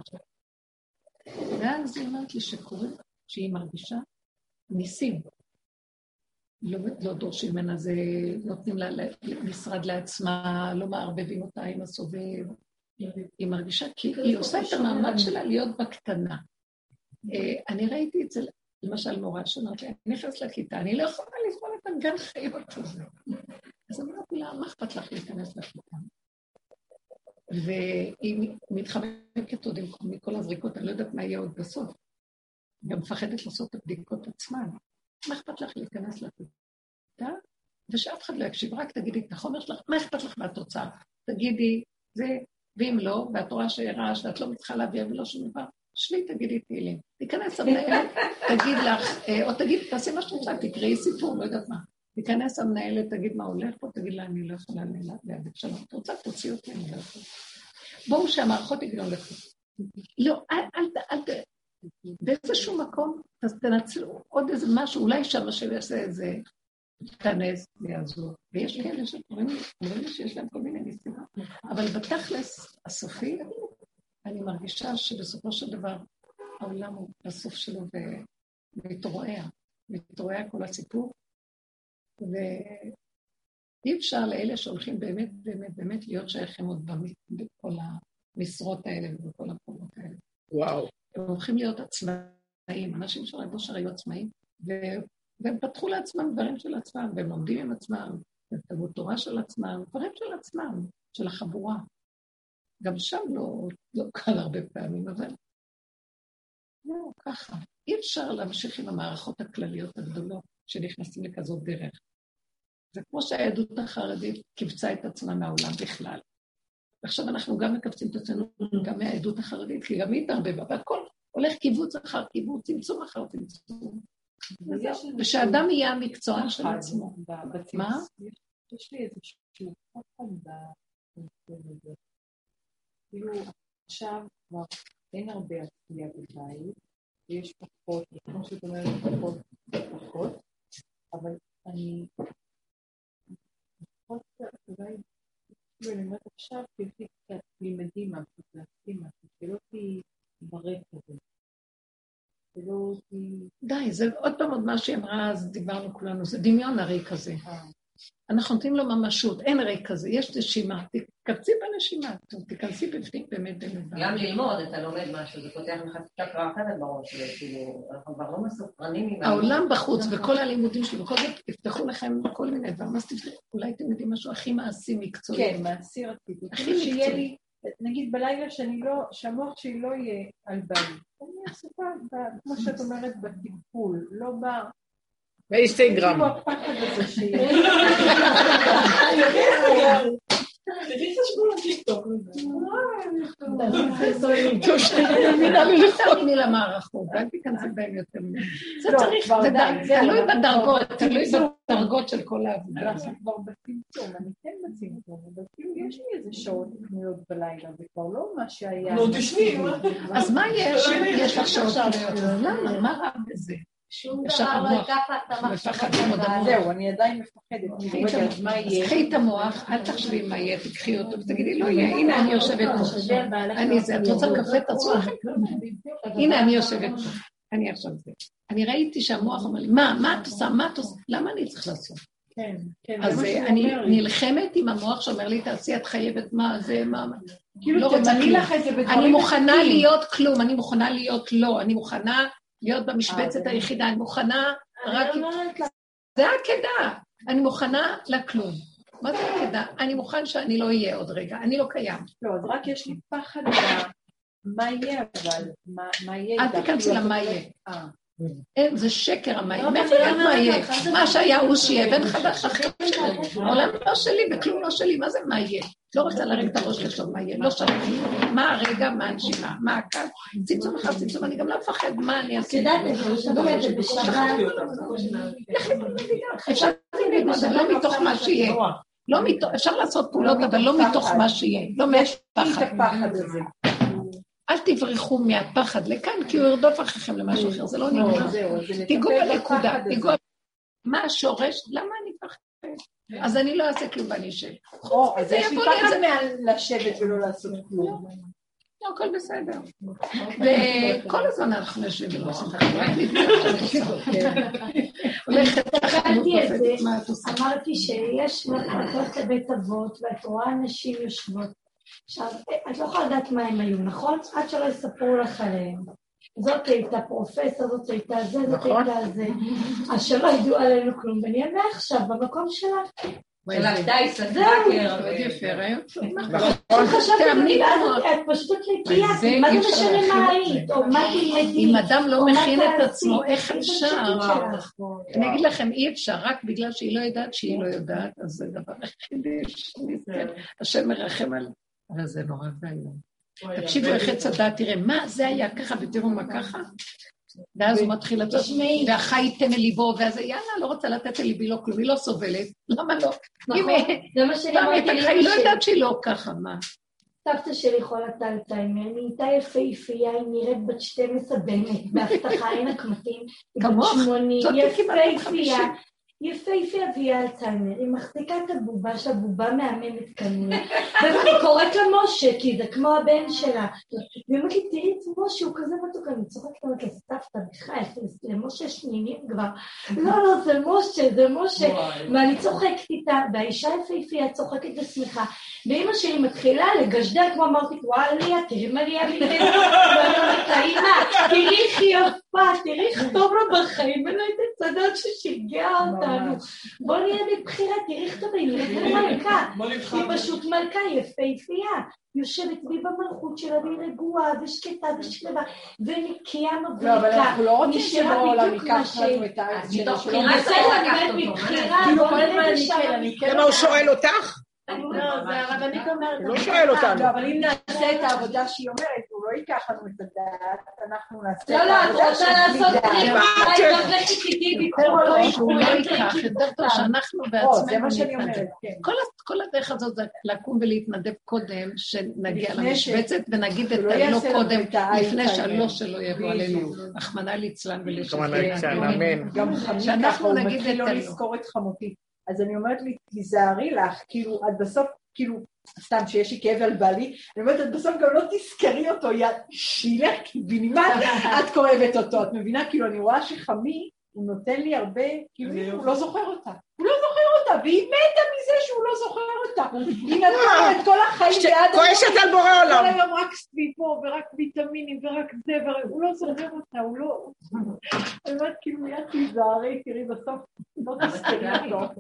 ואז היא אמרת לי שקוראים, שהיא מרגישה ניסים. לא דורשים ממנה, זה נותנים לה משרד לעצמה, לא מערבבים אותה עם הסובב. היא מרגישה כי היא עושה את המעמד שלה להיות בקטנה. אני ראיתי את זה, למשל מורה שאומרת לי, אני נכנס לכיתה, אני לא יכולה לסבול את הגן חיות הזה. אז אמרתי לה, מה אכפת לך להיכנס לכיתה? והיא מתחמקת עוד מכל הזריקות, אני לא יודעת מה יהיה עוד בסוף. גם מפחדת לעשות את הבדיקות עצמן. מה אכפת לך להיכנס לכיתה? ושאף אחד לא יקשיב, רק תגידי את החומר שלך, מה אכפת לך מהתוצאה? תגידי, זה, ואם לא, והתורה שהראה שאת לא מצליחה להעביר ולא שום דבר, שלי תגידי תהילים. תיכנס המנהלת, תגיד לך, או תגיד, תעשי מה שרוצה, תקראי סיפור, לא יודעת מה. תיכנס המנהלת, תגיד מה הולך פה, תגיד לה, אני לא יכולה להגיד שלום. את רוצה, תוציא אותי, אני לא יכולה. בואו שהמערכות יגנון לכם. לא, אל באיזשהו מקום, אז תנצלו עוד איזה משהו, אולי שם שיעשה איזה תכנס ויעזור. ויש כאלה שאומרים לי שיש להם כל מיני ניסיונות. אבל בתכלס הסופי, אני מרגישה שבסופו של דבר העולם הוא בסוף שלו ומתרועע כל הסיפור. ואי אפשר לאלה שהולכים באמת להיות שייכים עוד בכל המשרות האלה ובכל המקומות האלה. וואו. הם הולכים להיות עצמאים, אנשים של רבו שהיו עצמאים, והם פתחו לעצמם דברים של עצמם, והם לומדים עם עצמם, והם תלמוד תורה של עצמם, דברים של עצמם, של החבורה. גם שם לא קל הרבה פעמים, אבל לא, ככה. אי אפשר להמשיך עם המערכות הכלליות הגדולות שנכנסים לכזאת דרך. זה כמו שהיהדות החרדית קיבצה את עצמה מהעולם בכלל. ועכשיו אנחנו גם מקבצים את עצמנו גם מהעדות החרדית, כי גם היא התערבבה, והכל הולך קיבוץ אחר קיבוץ, צמצום אחר צמצום. ושאדם יהיה המקצוען של עצמו. מה? יש לי איזשהו פחד בזה. כאילו עכשיו כבר אין הרבה עשייה בבית, ויש פחות, כמו שאת אומרת, פחות, אבל אני פחות אולי אני אומרת עכשיו, כי יש לי קצת לימדים משהו, להסכים משהו, שלא תהי ברק הזה. שלא תהי... די, זה עוד פעם עוד מה שהיא אמרה, אז דיברנו כולנו, זה דמיון הריק הזה. אנחנו נותנים לו ממשות, אין ריק כזה, יש נשימה, תקבצי בנשימה, תיכנסי בפנים באמת במדבר. גם ללמוד, אתה לומד משהו, זה פותח לך צ'קרה אחרת בראש, כאילו, אנחנו כבר לא מסופרנים. העולם בחוץ, וכל הלימודים שלי, וכל זאת, תפתחו לכם כל מיני דבר, מה שתפתחו, אולי אתם יודעים משהו הכי מעשי מקצועי. כן, מעשי רציתי. הכי מקצועי. נגיד בלילה שהמוח שלי לא יהיה על בעלי. אני עסוקה, כמו שאת אומרת, בטיפול, לא ב... באינסטגרם. כאילו הפחד הזה שיש. תראי חשבון הטיקטוק. לא תני למערכות, ואל תיכנסי בהם יותר. זה צריך, זה תלוי בדרגות של כל העבודה. אנחנו כבר בצמצום, אני כן בצמצום, אבל כאילו יש לי איזה שעות פנויות בלילה, זה כבר לא מה שהיה. נו, תשמעי. אז מה יש? יש לך שעות פנויות. למה? מה רע בזה? שום דבר לא ייקח את המחשבות. זהו, אני עדיין מפחדת. אז מה יהיה? קחי את המוח, אל תחשבי מה יהיה, תקחי אותו ותגידי, לא יהיה, הנה אני יושבת פה. אני זה, את רוצה לקפה את עצמך? הנה אני יושבת פה. אני עכשיו זה. אני ראיתי שהמוח אומר לי, מה את עושה? מה את עושה? למה אני צריך לעשות? כן, כן. אז אני נלחמת עם המוח שאומר לי, תעשי, את חייבת מה, זה מה. כאילו תמני לך את זה בדברים. אני מוכנה להיות כלום, אני מוכנה להיות לא, אני מוכנה להיות במשבצת היחידה, אני מוכנה רק... זה העקדה, אני מוכנה לכלום. מה זה העקדה? אני מוכן שאני לא אהיה עוד רגע, אני לא קיים. לא, אז רק יש לי פחד מה יהיה, אבל מה יהיה? אל תיכנסי למה יהיה. אין, זה שקר המה יהיה. מאיפה יודעת מה יהיה? מה שהיה הוא שיהיה, ואין חדש אחר שלי. העולם לא שלי וכלום לא שלי, מה זה מה יהיה? לא רוצה להרג את הראש לשאול מה יהיה, לא שלי. מה הרגע, מה הנשימה, מה הקל? צמצום אחד, צמצום, אני גם לא מפחד, מה אני אעשה? כדאי, זה בשבת. אפשר להגיד, זה לא מתוך מה שיהיה. אפשר לעשות פעולות, אבל לא מתוך מה שיהיה. לא מהפחד. אל תברחו מהפחד לכאן, כי הוא ירדוף אחריכם למשהו אחר, זה לא נגמר. תיגעו בנקודה, מה השורש? למה אני פחד? אז אני לא אעשה כלום ואני אשב. אז יש לי פחד לשבת ולא לעשות כלום. לא, הכל בסדר. וכל הזמן אנחנו יושבים ולא עושים אמרתי שיש מחלקות לבית אבות, ואת רואה אנשים יושבות. עכשיו, את לא יכולה לדעת מה הם היו, נכון? עד שלא יספרו לך עליהם. זאת הייתה פרופסור, זאת הייתה זה, זאת הייתה זה. אז שלא ידעו עלינו כלום, ואני אענה עכשיו במקום שלה. די, סדקר. מאוד יפה, ראיות. תאמני לנו. את פשוט נקייה, מה זה משנה מה היית, או מה תלמדי. אם אדם לא מכין את עצמו, איך אפשר? אני אגיד לכם, אי אפשר, רק בגלל שהיא לא יודעת שהיא לא יודעת, אז זה דבר יחידי, השם מרחם עליו. אבל זה נורא והיום. תקשיבו איך צדה, תראה, מה זה היה ככה, ותראו מה ככה? ואז הוא מתחיל לצאת, והחי ייתן אל ליבו, ואז יאללה, לא רוצה לתת אל ליבי, לא כלום, היא לא סובלת, למה לא? נכון, זה מה שאני אמרתי. היא לא יודעת שהיא לא ככה, מה? סבתא שלי חולת אלצהיימר, אני איתה יפהפייה, היא נראית בת 12 באמת, בהבטחה אין הקמטים, כמוך, יפהפייה. יפהפייה והיא אלצהיימר, היא מחזיקה את הבובה שלה, בובה מהממת כנראה, ואני קוראת לה משה, כי זה כמו הבן שלה, והיא אומרת לי, תראי את משה, הוא כזה מתוק, אני צוחקת אומרת לסבתא, בחייך, למשה שנינים כבר, לא, זה משה, ואני צוחקת איתה, והאישה יפהפייה צוחקת ושמחה, ואמא שלי מתחילה לגשדל, כמו אמרתי, וואליה, תראי מריה מתת, ואני אומרת לה, אמא, תראי איך היא יפה, תראי איך טוב לה בחיים, ולא הייתה צדד ששיגע אותנו. בוא נהיה בבחירה, תראי איך טוב, היא נראית מלכה, היא פשוט מלכה, יפהפייה, יושבת בי במלכות שלה, והיא רגועה ושקטה ושלווה, ונקייה מבריקה. לא, אבל אנחנו לא רוצים שבעולם ייקח לנו את העץ שלו. מתוך בחירה צריך לקחת אותו. למה הוא שואל אותך? לא, זה הרבנית אומרת. הוא לא שואל אותנו. לא, אבל אם נעשה את העבודה שהיא אומרת, הוא לא ייקח לנו את הדעת, אנחנו נעשה את העבודה. לא, את רוצה לעשות שהוא לא ייקח, יותר טוב שאנחנו בעצמנו. זה מה שאני אומרת, כן. כל הדרך הזאת זה לקום ולהתנדב קודם, שנגיע למשבצת, ונגיד את הלא קודם, לפני שהלא שלו יבוא עלינו. רחמנא ליצלן ולשכן. אמן. גם חמי ככה, הוא מתחיל לא לזכור את חמותי. אז אני אומרת לי, תיזהרי לך, כאילו, עד בסוף, כאילו, סתם שיש לי כאב על בעלי, אני אומרת, עד בסוף גם לא תזכרי אותו, שילך, בנימה, את כואבת אותו, את מבינה? כאילו, אני רואה שחמי, הוא נותן לי הרבה, כאילו, הוא לא זוכר אותה. הוא לא זוכר אותה, והיא מתה מזה שהוא לא זוכר אותה. היא נתנה את כל החיים ועד... כועשת על בורא עולם. כל היום רק סביבו, ורק ויטמינים, ורק זה, הוא לא זוכר אותה, הוא לא... אני אומרת, כאילו, מיד תיזהרי, תראי בסוף, לא תזכרי אותו.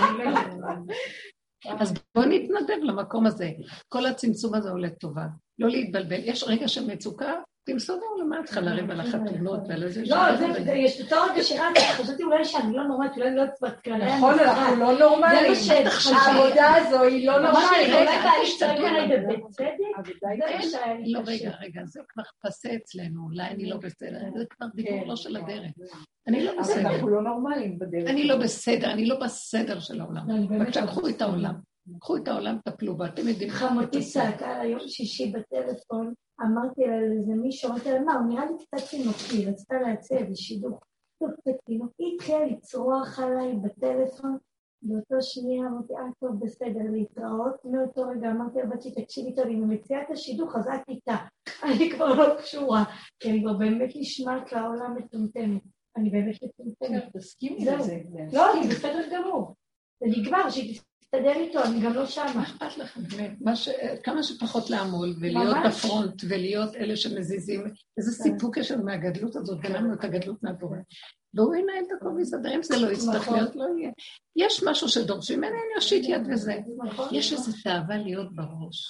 אז בואו נתנדב למקום הזה. כל הצמצום הזה עולה טובה. לא להתבלבל. יש רגע של מצוקה, תמסור למה את צריכה לריב על החתונות ועל איזה... לא, יש יותר רגע שרק, חשבתי אולי שאני לא נורמלית, אולי לא צוות כללי. נכון, אנחנו לא נורמליים. העבודה הזו היא לא נורמלית. אולי בעלי צועק עליי בבית צדק? לא, רגע, זה כבר פסה אצלנו, אולי אני לא בסדר, זה כבר דיבור לא של הדרך. אני לא בסדר. אנחנו לא נורמליים בדרך. אני לא בסדר, אני לא בסדר של העולם. בבקשה, קחו את העולם. קחו את העולם, תפלו בה, אתם יודעים. חמותי צעקה ליום שישי בטלפון, אמרתי לה לאיזה מישהו, אמרתי לה, מה, הוא נראה לי קצת תינוקי, רצתה להציע איזה שידוך. טוב, תינוקי התחילה לצרוח עליי בטלפון, באותו שנייה אמרתי, טוב, בסדר, להתראות. מאותו רגע אמרתי לבת שלי, תקשיבי טוב, אם הוא מציע את השידוך, אז את איתה. אני כבר לא קשורה, כי אני כבר באמת נשמעת לעולם מטומטמת. אני באמת מטומטמת. תסכימי לזה. לא, אני בסדר גמור. זה נגמר, תסתדר איתו, אני גם לא שמה. אכפת לכם, באמת. כמה שפחות לעמול ולהיות בפרונט ולהיות אלה שמזיזים. איזה סיפוק יש לנו מהגדלות הזאת, גלמנו את הגדלות מהבורא. והוא ינהל את הכל ויסדר, אם זה לא יצטרך להיות, לא יהיה. יש משהו שדורשים, אני אושיט יד וזה. יש איזו תאווה להיות בראש.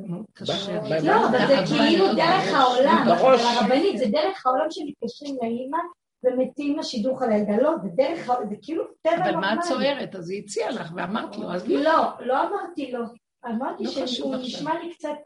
לא, אבל זה כאילו דרך העולם, הרבנית, זה דרך העולם שמתקשרים לאמא, ומתים לשידוך על הילדה, לא, זה כאילו טבע נורמלי. אבל מה את צוערת? אז היא הציעה לך, ואמרת לו, אז לא אמרתי לו. אמרתי שהוא נשמע לי קצת...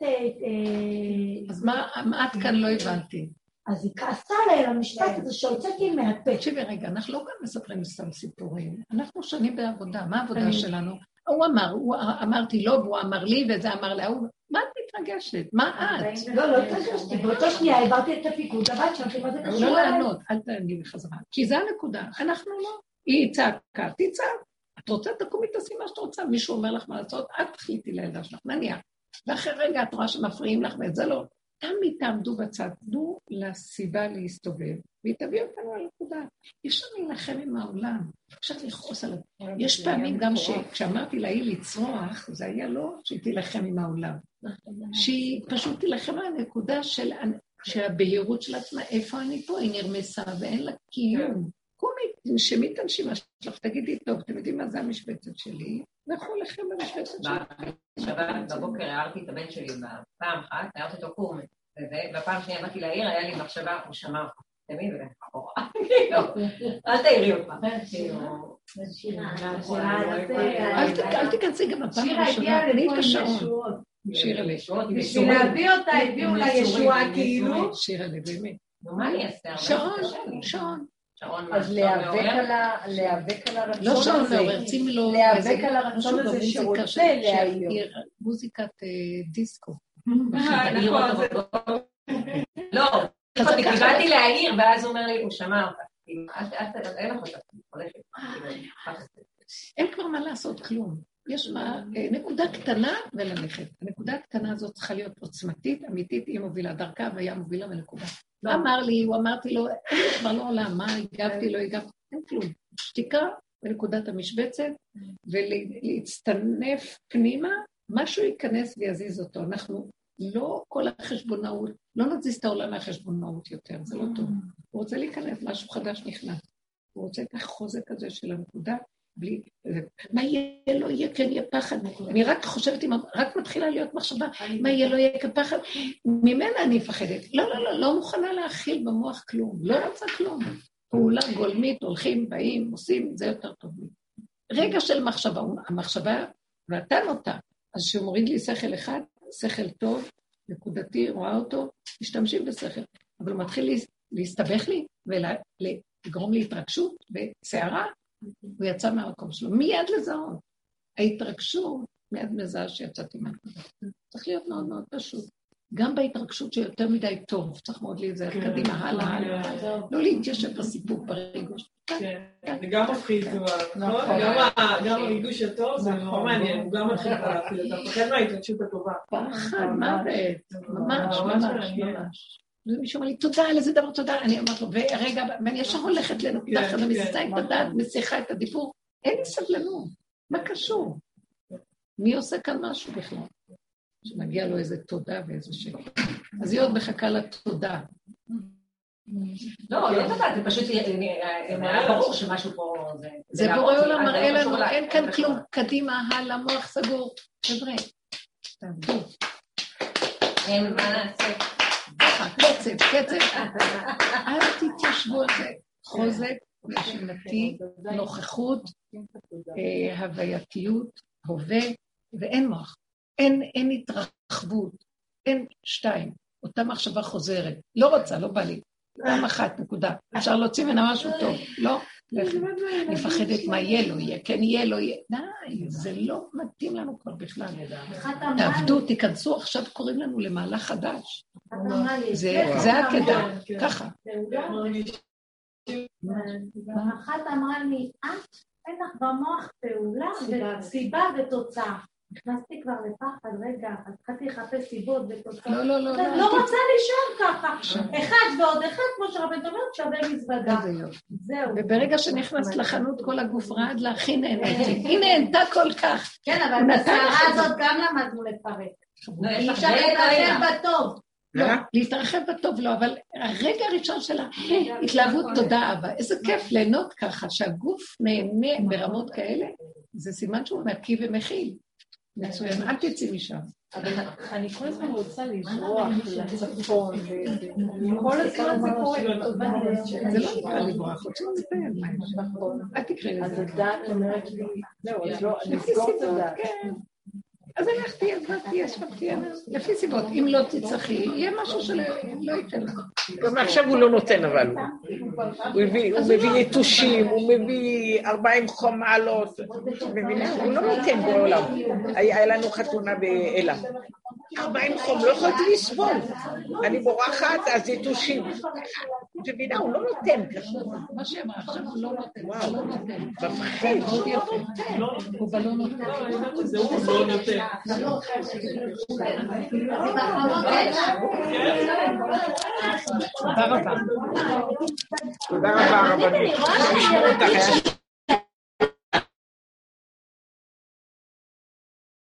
אז מה את כאן לא הבנתי? אז היא כעסה עליי על המשפט הזה שהוצאתי מהפה. תקשיבי רגע, אנחנו לא גם מספרים סתם סיפורים, אנחנו שנים בעבודה, מה העבודה שלנו? הוא אמר, אמרתי לו, והוא אמר לי, וזה אמר לה, מה את מתרגשת? מה את? לא התרגשתי, באותו שנייה העברתי את הפיקוד, הבת שאמרתי, מה זה קשור? לא לענות, אל תעני בחזרה, כי זה הנקודה, אנחנו לא, היא צעקה, תצעק, את רוצה, תקומי, תעשי מה שאת רוצה, מישהו אומר לך מה לעשות, את תחליטי לילדה שלך, נניח, ואחרי רגע את רואה שמפריעים לך, ואת זה לא, תמיד תעמדו בצד, תנו לסיבה להסתובב, והיא תביא אותנו על הנקודה. יש לנו להילחם עם העולם, אפשר לכעוס עליו. יש פעמים גם שכשאמרתי לה היא לצרוח, זה היה לא שהיא תילחם עם העולם, שהיא פשוט תילחם על הנקודה של הבהירות של עצמה, איפה אני פה, היא נרמסה ואין לה קיום. קומי, תנשמי את הנשימה שלך, תגידי, טוב, אתם יודעים מה זה המשבצת שלי? לכו לכם במשבצת שלי. שבת בבוקר הערתי את הבן שלי בפעם אחת, הערתי אותו קום, ובפעם שנייה באתי להעיר, היה לי מחשבה, הוא שמע אותך, תמיד ובן אחורה. אל תעירי אותך. אל תיכנסי גם בפעם הראשונה, תני את השעון. שירה לי. בשביל להביא אותה, הביאו לה ישועה כאילו. שירה לי, באמת. מה אני אעשה? שעון. אז להיאבק על הרצון הזה. לא שעון מעורר, צימי לו... להיאבק על הרצון הזה שרוצה להעיר. מוזיקת דיסקו. לא, קיבלתי להעיר, ואז הוא אומר לי, הוא שמע אותה. אין לך אותה, אין כבר מה לעשות כלום. יש נקודה קטנה וללכת. הנקודה הקטנה הזאת צריכה להיות עוצמתית, אמיתית, היא מובילה דרכה, והיה מובילה מנקודה. אמר לי, הוא אמרתי לו, כבר לא עולה, מה, הגבתי, לא הגבתי, אין כלום. שתיקה בנקודת המשבצת, ולהצטנף פנימה, משהו ייכנס ויזיז אותו. אנחנו לא כל החשבונאות, לא נזיז את העולם מהחשבונאות יותר, זה לא טוב. הוא רוצה להיכנס, משהו חדש נכנס. הוא רוצה את החוזק הזה של הנקודה, בלי, מה יהיה, לא יהיה, כן יהיה פחד. אני רק חושבת, רק מתחילה להיות מחשבה, מה יהיה, לא יהיה כפחד. ממנה אני מפחדת. לא מוכנה להכיל במוח כלום, לא רוצה כלום. פעולה גולמית, הולכים, באים, עושים, זה יותר טוב לי. רגע של מחשבה, המחשבה נתן אותה, אז שהוא מוריד לי שכל אחד, שכל טוב, נקודתי, רואה אותו, משתמשים בשכל, אבל הוא מתחיל להסתבך לי ולגרום לי התרגשות ושערה, הוא יצא מהמקום שלו. מיד לזהות. ההתרגשות מיד מזהה שיצאתי מהנקודה. צריך להיות מאוד מאוד פשוט. גם בהתרגשות שיותר מדי טוב, צריך מאוד להיזהר קדימה, הלאה. לא להתיישב בסיפוק בריגוש. כן, זה גם מפחיד, גם הריגוש הטוב, זה נורא מעניין, הוא גם מתחיל להפחיד, אתה מפחד מההתרגשות הטובה. פחד, מוות, ממש. ומישהו אומר לי, תודה, על איזה דבר תודה, אני אומרת לו, ורגע, ואני ישר הולכת לנקודה, ומסיסה את הדעת, משיחה את הדיבור, אין לי סבלנות, מה קשור? מי עושה כאן משהו בכלל? שמגיע לו איזה תודה ואיזה שקר. אז היא עוד מחכה לתודה. לא תודה, זה פשוט היה ברור שמשהו פה... זה בורא עולם מראה לנו, אין כאן כלום, קדימה, הלאה, מוח סגור. חבר'ה, תעבדו. אין מה לעשות. קצב. אל תתיישבו על זה. חוזק, נשימתי, נוכחות, הווייתיות, הווה, ואין מוח. אין התרחבות, אין שתיים. אותה מחשבה חוזרת. לא רוצה, לא בא לי. פעם אחת, נקודה. אפשר להוציא ממנה משהו טוב. לא, אני מפחדת מה יהיה, לא יהיה. כן, יהיה, לא יהיה. די, זה לא מתאים לנו כבר בכלל. תעבדו, תיכנסו, עכשיו קוראים לנו למהלך חדש. זה הקטע, ככה. אחת אמרה לי, אין לך במוח פעולה וסיבה ותוצאה. נכנסתי כבר לפחד, רגע, התחלתי לחפש סיבות ותוצאות. לא. לא רוצה להישאר ככה. אחד ועוד אחד, כמו שרבן אומרת, שווה מזוודה. זהו. וברגע שנכנסת לחנות, כל הגוף רעד לה, הכי נהניתי. היא נהנתה כל כך. כן, אבל בסערה הזאת גם למדנו לפרק. אי אפשר להתרחב בטוב. לא, להתרחב בטוב לא, אבל הרגע הראשון שלה, התלהבות תודה אהבה. איזה כיף ליהנות ככה, שהגוף נהנה ברמות כאלה, זה סימן שהוא נקי ומכיל. מצוין, אל תצאי משם. אבל אני כל הזמן רוצה לברוח לצפון, וכל הזמן זה קורה. זה לא נקרא לברוח, רוצים לציין. אל תקראי לזה. אז הדעת אומרת לי, זהו, אז לא, אני אסגור את הדעת. אז הלכתי, ישבתי, לפי סיבות. אם לא תצטרכי, יהיה משהו שלא ייתן לך. גם עכשיו הוא לא נותן, אבל הוא מביא יתושים, הוא מביא 40 חום מעלות, הוא לא נותן בעולם. היה לנו חתונה באלה. 40 חום, לא יכולתי לסבול. אני בורחת, אז יתושים. מבינה, הוא לא נותן. מה שאמרה עכשיו, הוא לא נותן. וואו, מפחיד. הוא לא נותן. הוא לא נותן. תודה רבה. תודה רבה, רבנית.